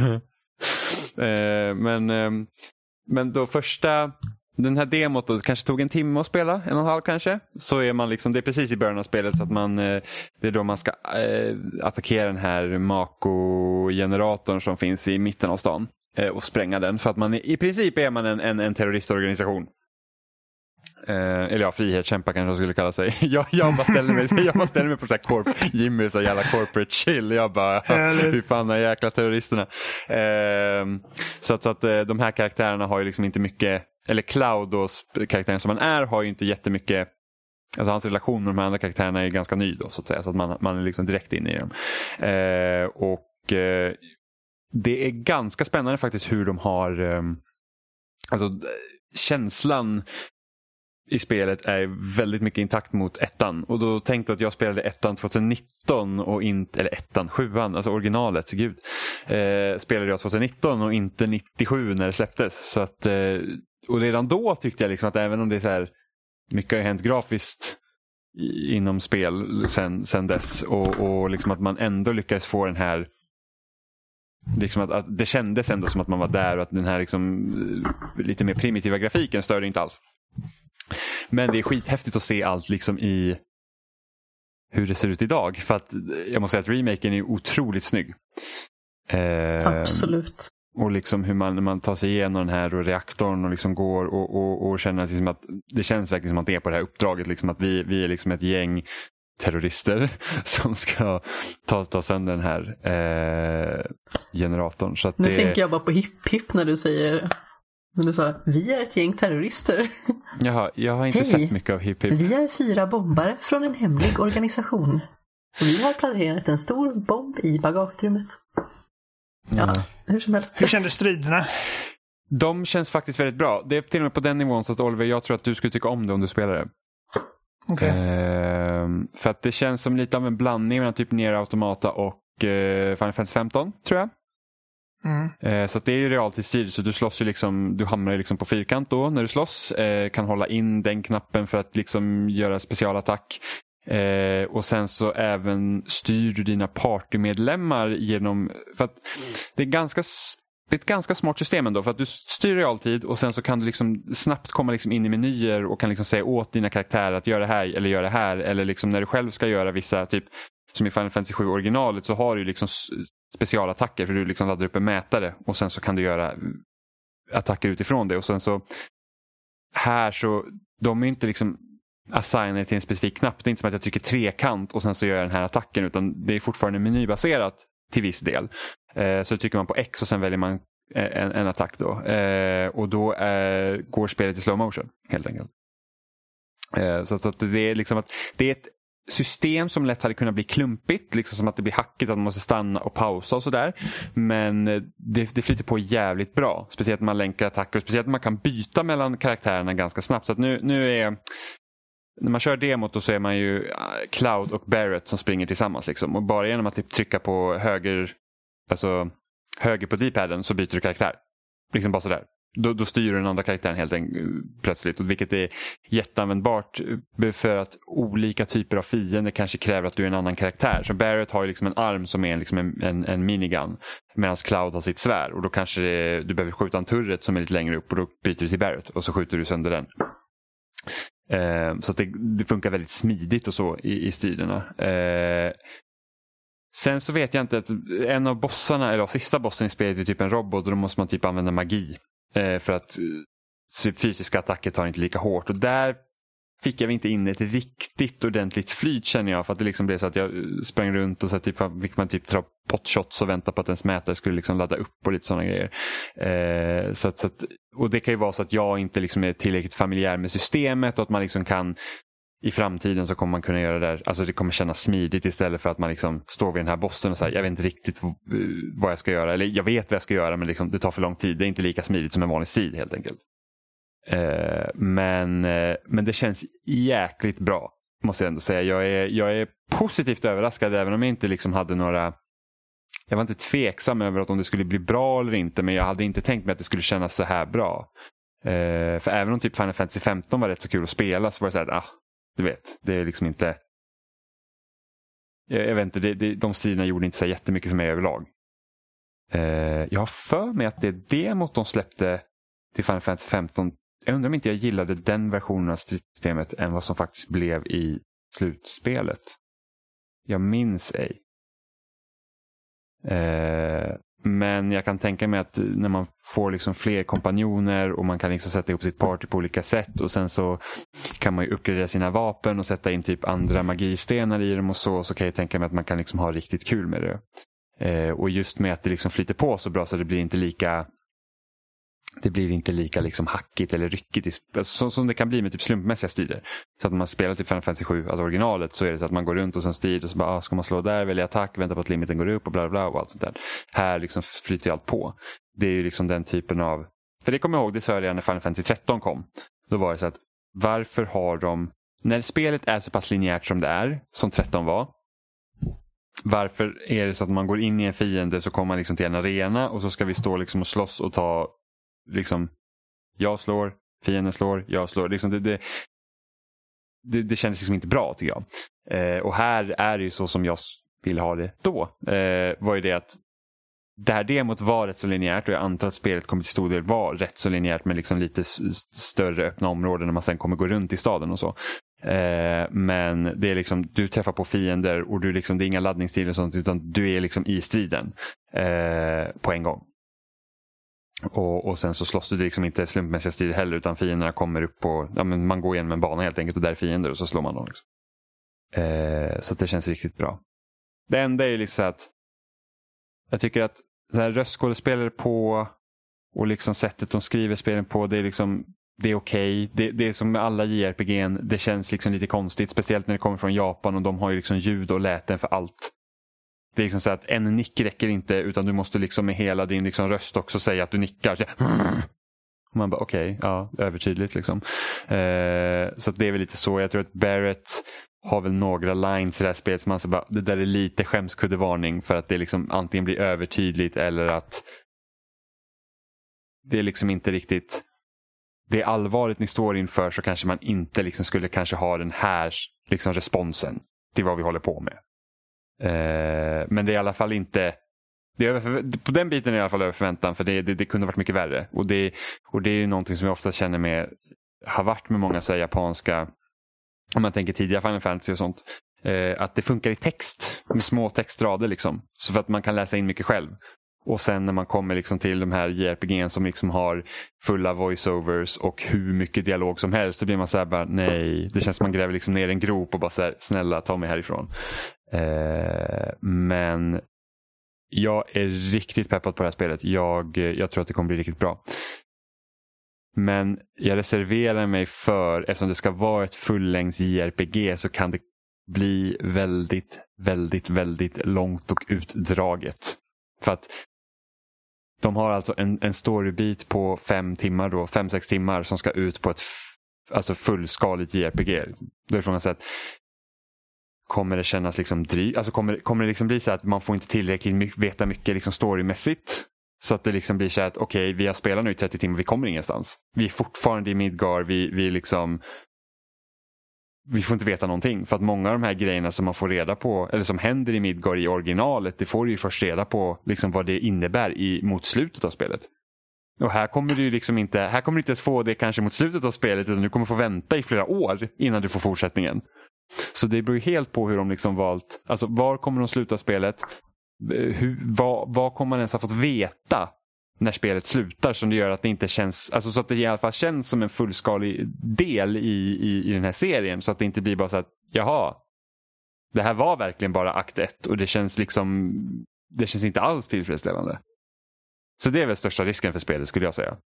Men då den här demot då, kanske tog en timme att spela, 1,5 kanske. Så är man liksom, det är precis i början av spelet så att det är då man ska attackera den här Mako-generatorn som finns i mitten av stan och spränga den. För att i princip är man en terroristorganisation. Eller ja, frihetskämpa kanske jag skulle kalla sig. Jag bara ställer mig på så här Jimmy så jävla corporate chill. Jag bara, hur fan är jäkla terroristerna. Så att de här karaktärerna har ju liksom inte mycket, eller Cloud och karaktären som man har ju inte jättemycket, alltså hans relation med de andra karaktärerna är ganska ny då så att säga. Så att man är liksom direkt inne i dem. Det är ganska spännande faktiskt hur de har alltså känslan i spelet är väldigt mycket intakt mot ettan. Och då tänkte jag att jag spelade ettan 2019 och inte, eller ettan, 7an, alltså originalet, så gud. Spelade jag 2019 och inte 97 när det släpptes. Så att, och redan då tyckte jag liksom att även om det är så här, mycket har hänt grafiskt inom spel sen dess. Och liksom att man ändå lyckades få den här, liksom att det kändes ändå som att man var där och att den här liksom lite mer primitiva grafiken störde inte alls. Men det är skithäftigt att se allt liksom i hur det ser ut idag. För att jag måste säga att remaken är otroligt snygg. Absolut. Och liksom hur man tar sig igenom den här och reaktorn och liksom går och känner liksom att det känns verkligen som att det är på det här uppdraget. Liksom att vi är liksom ett gäng terrorister som ska ta sönder den här generatorn. Så att nu tänker jag bara på hipp när du säger... Men du sa, vi är ett gäng terrorister. Jaha, jag har inte sett mycket av hipp. Vi är 4 bombare från en hemlig organisation. Och vi har planerat en stor bomb i bagagerummet. Ja, hur som helst. Hur kändes striderna? De känns faktiskt väldigt bra. Det är till och med på den nivån så att Oliver, jag tror att du skulle tycka om det om du spelar det. Okay. För att det känns som lite av en blandning mellan typ Nier Automata och Final Fantasy 15, tror jag. Så att det är ju realtidstid, så du slåss ju liksom, du hamnar ju liksom på fyrkant då när du slåss, kan hålla in den knappen för att liksom göra specialattack, och sen så även styr du dina partymedlemmar genom, för att det är ett ganska smart system ändå, för att du styr realtid och sen så kan du liksom snabbt komma liksom in i menyer och kan liksom säga åt dina karaktärer att göra det här eller göra det här, eller liksom när du själv ska göra vissa typ, som i Final Fantasy 7 originalet så har du liksom specialattacker, för du liksom laddar upp en mätare och sen så kan du göra attacker utifrån det, och sen så här så de är inte liksom assignade till en specifik knapp. Det är inte som att jag trycker trekant och sen så gör jag den här attacken, utan det är fortfarande menybaserat till viss del. Så trycker man på X och sen väljer man en attack då, och då går spelet i slow motion helt enkelt. Så att det är liksom att det är ett system som lätt hade kunnat bli klumpigt, liksom som att det blir hackigt, att man måste stanna och pausa och sådär. Men det flyter på jävligt bra. Speciellt när man länkar attacker, och speciellt när man kan byta mellan karaktärerna ganska snabbt. Så att nu är, när man kör demot då så är man ju Cloud och Barrett som springer tillsammans liksom. Och bara genom att typ trycka på höger på D-paden så byter du karaktär. Liksom bara sådär. Då styr den andra karaktären helt enkelt plötsligt, och vilket är jätteanvändbart för att olika typer av fiender kanske kräver att du är en annan karaktär. Så Barrett har ju liksom en arm som är liksom en minigun, medan Cloud har sitt svärd, och då kanske du behöver skjuta en turret som är lite längre upp, och då byter du till Barrett och så skjuter du sönder den. Så att det funkar väldigt smidigt och så i striderna. Sen så vet jag inte att en av bossarna, eller sista bossen i spelet är typ en robot, och då måste man typ använda magi. För att fysiska attacker tar inte lika hårt. Och där fick jag inte in ett riktigt ordentligt flyt, känner jag. För att det liksom blev så att jag sprang runt och så typ, fick man typ dra potshots och vänta på att ens mätare skulle liksom ladda upp och lite sådana grejer. Så att, och det kan ju vara så att jag inte liksom är tillräckligt familjär med systemet, och att man liksom kan i framtiden så kommer man kunna göra det där, alltså det kommer kännas smidigt, istället för att man liksom står vid den här bossen och säger jag vet inte riktigt vad jag ska göra, eller jag vet vad jag ska göra, men liksom det tar för lång tid, det är inte lika smidigt som en vanlig strid helt enkelt. Men det känns jäkligt bra, måste jag ändå säga. Jag är positivt överraskad, även om jag inte liksom hade några, jag var inte tveksam över att om det skulle bli bra eller inte, men jag hade inte tänkt mig att det skulle kännas så här bra. För även om typ Final Fantasy 15 var rätt så kul att spela, så var det så här, du vet, det är liksom inte, jag vet inte, de striderna gjorde inte så jättemycket för mig överlag. Jag har för mig att det är demot de släppte till Final Fantasy 15. Jag undrar om inte jag gillade den versionen av stridssystemet än vad som faktiskt blev i slutspelet. Jag minns ej. Men jag kan tänka mig att när man får liksom fler kompanjoner och man kan liksom sätta ihop sitt party på olika sätt, och sen så kan man ju uppgradera sina vapen och sätta in typ andra magistenar i dem och så kan jag tänka mig att man kan liksom ha riktigt kul med det. Och just med att det liksom flyter på så bra, så det blir inte lika liksom hackigt eller ryckigt, alltså, som det kan bli med typ slumpmässiga strider. Så att när man spelar typ Final Fantasy 7, alltså originalet, så är det så att man går runt och sen strider och så bara, ska man slå där, välja attack, vänta på att limiten går upp och bla bla och allt sånt där. Här liksom flyter allt på. Det är ju liksom den typen av, för det kommer jag ihåg, det sa jag redan när Final Fantasy 13 kom. Då var det så att, varför har de, när spelet är så pass linjärt som det är, som 13 var, varför är det så att man går in i en fiende så kommer man liksom till en arena och så ska vi stå liksom och slåss och ta liksom, jag slår, fienden slår, jag slår, liksom det kändes liksom inte bra, tycker jag. Och här är det ju så som jag ville ha det då. Var ju det att det här demot var rätt så linjärt och jag antar att spelet kommer till stor del vara rätt så linjärt med liksom lite större öppna områden när man sen kommer gå runt i staden och så. Men det är liksom, du träffar på fiender och du liksom, det är inga laddningstider och sånt, utan du är liksom i striden på en gång. Och sen så slåss du liksom inte slumpmässiga strider heller, utan fienderna kommer upp på, ja, men man går igenom en bana helt enkelt och där är fiender och så slår man dem liksom. Så att det känns riktigt bra. Det enda är liksom att jag tycker att det här röstskådespelare på och liksom sättet de skriver spelen på, det är liksom, det är okej. Det är som med alla JRPG:n, det känns liksom lite konstigt, speciellt när det kommer från Japan och de har ju liksom ljud och läten för allt. Det är liksom så att en nick räcker inte, utan du måste liksom med hela din liksom röst också säga att du nickar. Och man bara okej, ja, övertydligt liksom. Så att det är väl lite så. Jag tror att Barrett har väl några lines i det här spelet som man säger bara, det där är lite skämskuddevarning för att det liksom antingen blir övertydligt eller att det är liksom inte riktigt, det är allvarligt ni står inför, så kanske man inte liksom skulle kanske ha den här liksom responsen till vad vi håller på med. Men det är i alla fall inte, på den biten är det i alla fall över förväntan, för det kunde varit mycket värre. Och det är ju någonting som jag ofta känner med, har varit med många så här, japanska, om man tänker tidiga Final Fantasy och sånt, att det funkar i text med små textrader liksom, så för att man kan läsa in mycket själv. Och sen när man kommer liksom till de här JRPG:n som liksom har fulla voiceovers och hur mycket dialog som helst, så blir man så här bara, nej, det känns som man gräver liksom ner en grop och bara så här, snälla ta mig härifrån. Men jag är riktigt peppad på det här spelet. Jag tror att det kommer bli riktigt bra. Men jag reserverar mig för, eftersom det ska vara ett fullängds JRPG, så kan det bli väldigt, väldigt, väldigt långt och utdraget. För att de har alltså en storybit på 5-6 timmar som ska ut på ett alltså fullskaligt JRPG. Då är frågan så att kommer det kännas liksom drygt, alltså kommer det liksom bli så att man får inte tillräckligt veta mycket liksom storymässigt, så att det liksom blir så att okej, vi har spelat nu i 30 timmar, vi kommer ingenstans. Vi är fortfarande i Midgar, vi liksom, vi får inte veta någonting, för att många av de här grejerna som man får reda på, eller som händer i Midgar i originalet, det får du ju först reda på liksom vad det innebär mot slutet av spelet. Och här kommer du liksom inte, här kommer du inte ens få det kanske mot slutet av spelet, utan du kommer få vänta i flera år innan du får fortsättningen. Så det beror ju helt på hur de liksom valt, alltså var kommer de sluta spelet, vad kommer man ens ha fått veta när spelet slutar, som det gör att det inte känns, alltså så att det i alla fall känns som en fullskalig del i den här serien, så att det inte blir bara så att jaha, det här var verkligen bara akt 1 och det känns liksom, det känns inte alls tillfredsställande. Så det är väl största risken för spelet, skulle jag säga.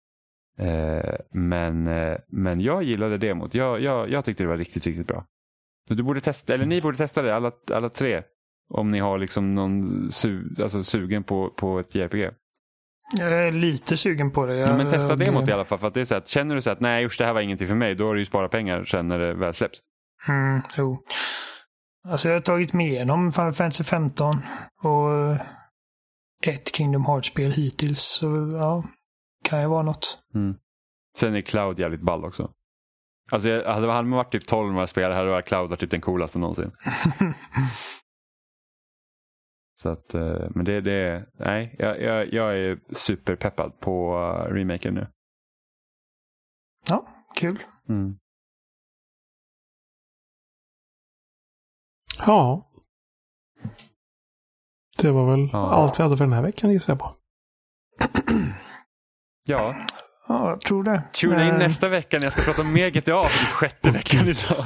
Men jag gillade demot. Jag tyckte det var riktigt, riktigt bra. Du borde testa, eller ni borde testa det alla tre, om ni har liksom någon sugen på ett JRPG. Jag är lite sugen på det. Men testa demot i alla fall, för att det är så att känner du så att nej, just det här var ingenting för mig, då har du ju sparat pengar sen när det väl släpps. Jo. Alltså jag har tagit med igenom Final Fantasy 15 och ett Kingdom Hearts-spel hittills, så ja, kan ju vara något. Sen är Cloud jävligt ball också. Alltså hade man varit typ 12 när jag spelade här, då var Cloud var typ den coolaste någonsin. Så att, men det nej, jag är superpeppad på remaken nu. Ja, kul. Ja. Det var väl allt vi hade för den här veckan, gissar jag på. Ja, jag tror det. Tuna in nästa vecka när jag ska prata om mer GTA för det 6:e veckan idag.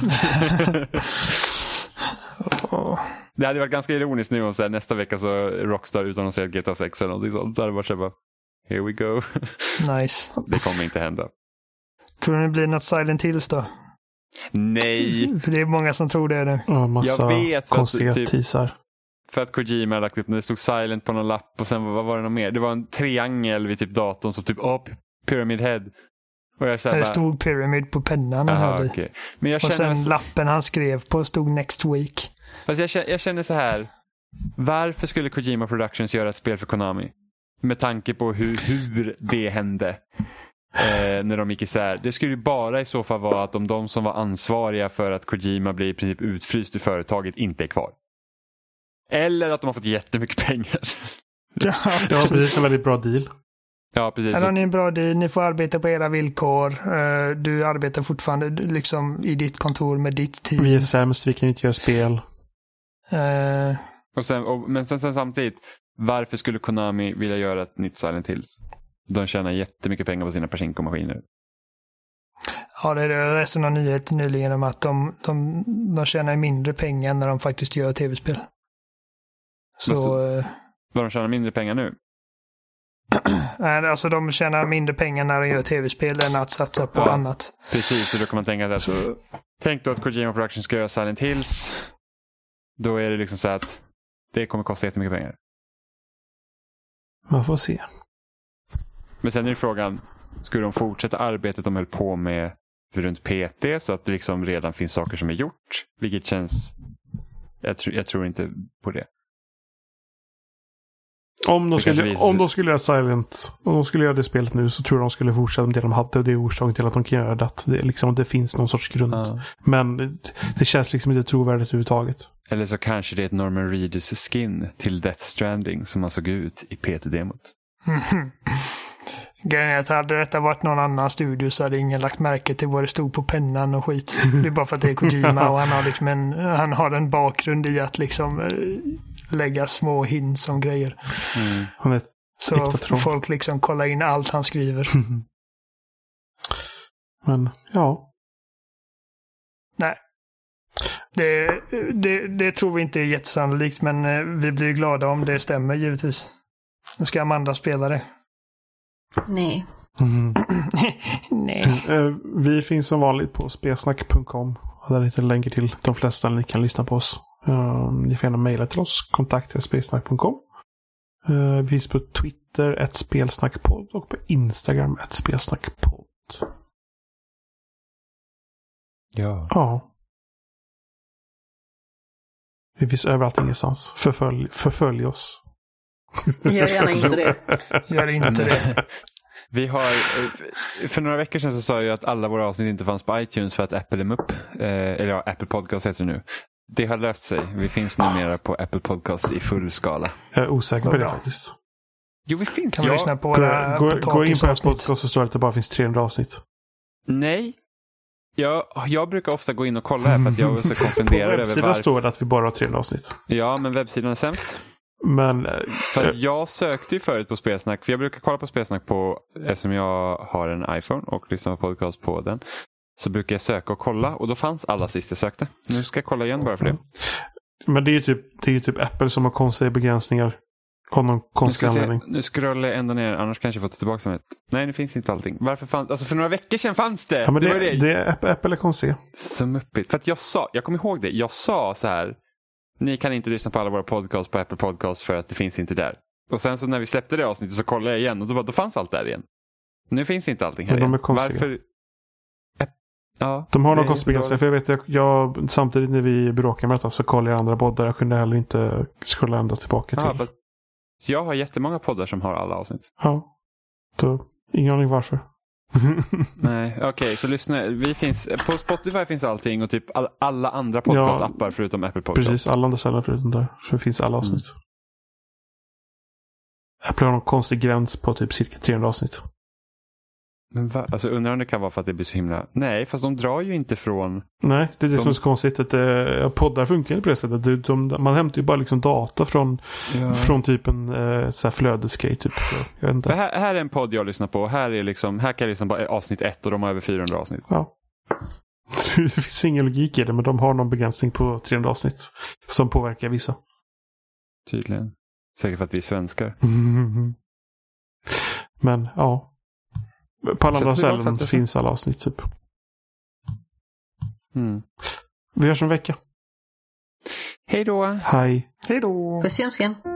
Det hade varit ganska ironiskt nu om så här, nästa vecka så Rockstar utannonserar GTA 6 eller någonting sånt. Där hade varit så bara, here we go. Nice. Det kommer inte hända. Tror ni det blir något Silent Hills då? Nej. För det är många som tror det nu. Ja, massa jag vet, konstiga typ, teasar. För att Kojima lagt upp, det stod Silent på någon lapp och sen vad var det något mer? Det var en triangel vid typ datorn som typ Pyramid Head. Och jag det stod Pyramid på pennan. Aha, okay. Men jag och känner sen lappen han skrev på stod Next Week. Fast jag känner så här. Varför skulle Kojima Productions göra ett spel för Konami? Med tanke på hur det hände när de gick isär. Det skulle ju bara i så fall vara att om de som var ansvariga för att Kojima blev i princip utfryst i företaget inte är kvar. Eller att de har fått jättemycket pengar. Ja, precis. En väldigt bra deal. Ja, precis. Här har ni en bra deal. Ni får arbeta på era villkor. Du arbetar fortfarande liksom i ditt kontor med ditt team. Vi är sämst, vi kan inte göra spel. Men sen samtidigt, varför skulle Konami vilja göra ett nytt Silent Hills? De tjänar jättemycket pengar på sina Pachinko-maskiner. Ja, det är resten av nyhet nyligen om att de tjänar mindre pengar när de faktiskt gör tv-spel. Vad de tjänar mindre pengar nu? Nej, alltså de tjänar mindre pengar när de gör tv-spel än att satsa på annat. Precis, så då kan man tänka att tänk då att Kojima Production ska göra Silent Hills. Då är det liksom så att det kommer kosta jättemycket pengar. Man får se. Men sen är det frågan, skulle de fortsätta arbetet de höll på med runt PT så att det liksom redan finns saker som är gjort? Vilket känns... Jag tror inte på det. Om de skulle göra Silent, om de skulle göra det spelet nu, så tror jag de skulle fortsätta med det de hade, och det är orsaken till att de kan göra det. Det är liksom, det finns någon sorts grund. Men det känns liksom inte trovärdigt överhuvudtaget. Eller så kanske det är ett Norman Reedus skin till Death Stranding som man såg ut i PT-demot. Grejen är att hade detta varit någon annan studio så hade ingen lagt märke till vad det stod på pennan och skit. Det är bara för att det är Kojima och han har en bakgrund i att liksom lägga små hints om grejer. Så folk liksom kollar in allt han skriver. Men ja. Nej. Det tror vi inte är jättesannolikt, men vi blir glada om det stämmer givetvis. Nu ska Amanda spela det. Nej. Nej. Vi finns som vanligt på spelsnack.com. Där hittar ni länkar till de flesta ni kan lyssna på oss. Ni får gärna mejla till oss. kontakt@spelsnack.com. Vi finns på Twitter @spelsnackpodd och på Instagram @spelsnackpodd. Ja. Vi finns överallt ingenstans. Förfölj oss. Gör gärna inte det. Gör inte det. Vi har, för några veckor sedan så sa jag att alla våra avsnitt inte fanns på iTunes för att Apple är upp. Eller ja, Apple Podcast heter det nu. Det har löst sig. Vi finns numera på Apple Podcast i full skala. Jag är osäker på det faktiskt. Jo, vi finns. Kan man lyssna på våra gå in på Apple Podcast och så står det att det bara finns 300 avsnitt. Nej. Jag brukar ofta gå in och kolla här för att jag är så konfunderad över varför. På webbsidan står det att vi bara har 300 avsnitt. Ja, men webbsidan är sämst. Men för att jag sökte ju förut på Spelsnack, för jag brukar kolla på Spelsnack på, eftersom jag har en iPhone och lyssnar på podcast på den, så brukar jag söka och kolla, och då fanns alla sist jag sökte. Nu ska jag kolla igen bara för det. Men det är ju typ Apple som har konstiga begränsningar av någon konstig anledning. Nu scrollar jag ända ner, annars kanske jag får ta tillbaka med. Nej, nu finns inte allting. Varför fanns, alltså för några veckor sedan fanns det. Ja, men det är Apple är konstigt. Så muppigt. För att jag kommer ihåg det. Jag sa så här: ni kan inte lyssna på alla våra podcasts på Apple Podcast för att det finns inte där. Och sen så när vi släppte det avsnittet så kollade jag igen och då fanns allt där igen. Nu finns inte allting här. Men de är konstiga. Varför? Ja, de har någon konstig begränsning. För jag vet jag samtidigt när vi bråkar med detta så kollar jag andra poddar. Jag kunde heller inte scrolla ända tillbaka till. Fast jag har jättemånga poddar som har alla avsnitt. Ja. Då, ingen aning varför. Nej, okej, så lyssna. Vi finns, på Spotify finns allting och typ alla andra podcastappar förutom Apple Podcast. Precis, alla andra ställen förutom där. Så finns alla avsnitt. Apple har någon konstig gräns på typ cirka 300 avsnitt. Men alltså undrar om det kan vara för att det blir så himla... Nej, fast de drar ju inte från... Nej, det är det som är så konstigt. Att poddar funkar inte på det sättet. Man hämtar ju bara liksom data från typ en så här flödesgrej. Typ. Jag vet inte. För här är en podd jag lyssnar på. Här kan jag lyssna på avsnitt 1 och de har över 400 avsnitt. Ja. Det finns ingen logik i det, men de har någon begränsning på 300 avsnitt som påverkar vissa. Tydligen. Säkert för att vi är svenskar. Men ja. På alla andra ställen finns alla avsnitt typ. Vi hörs om en vecka. Hej då. Hej. Hej då. Puss i ömskan.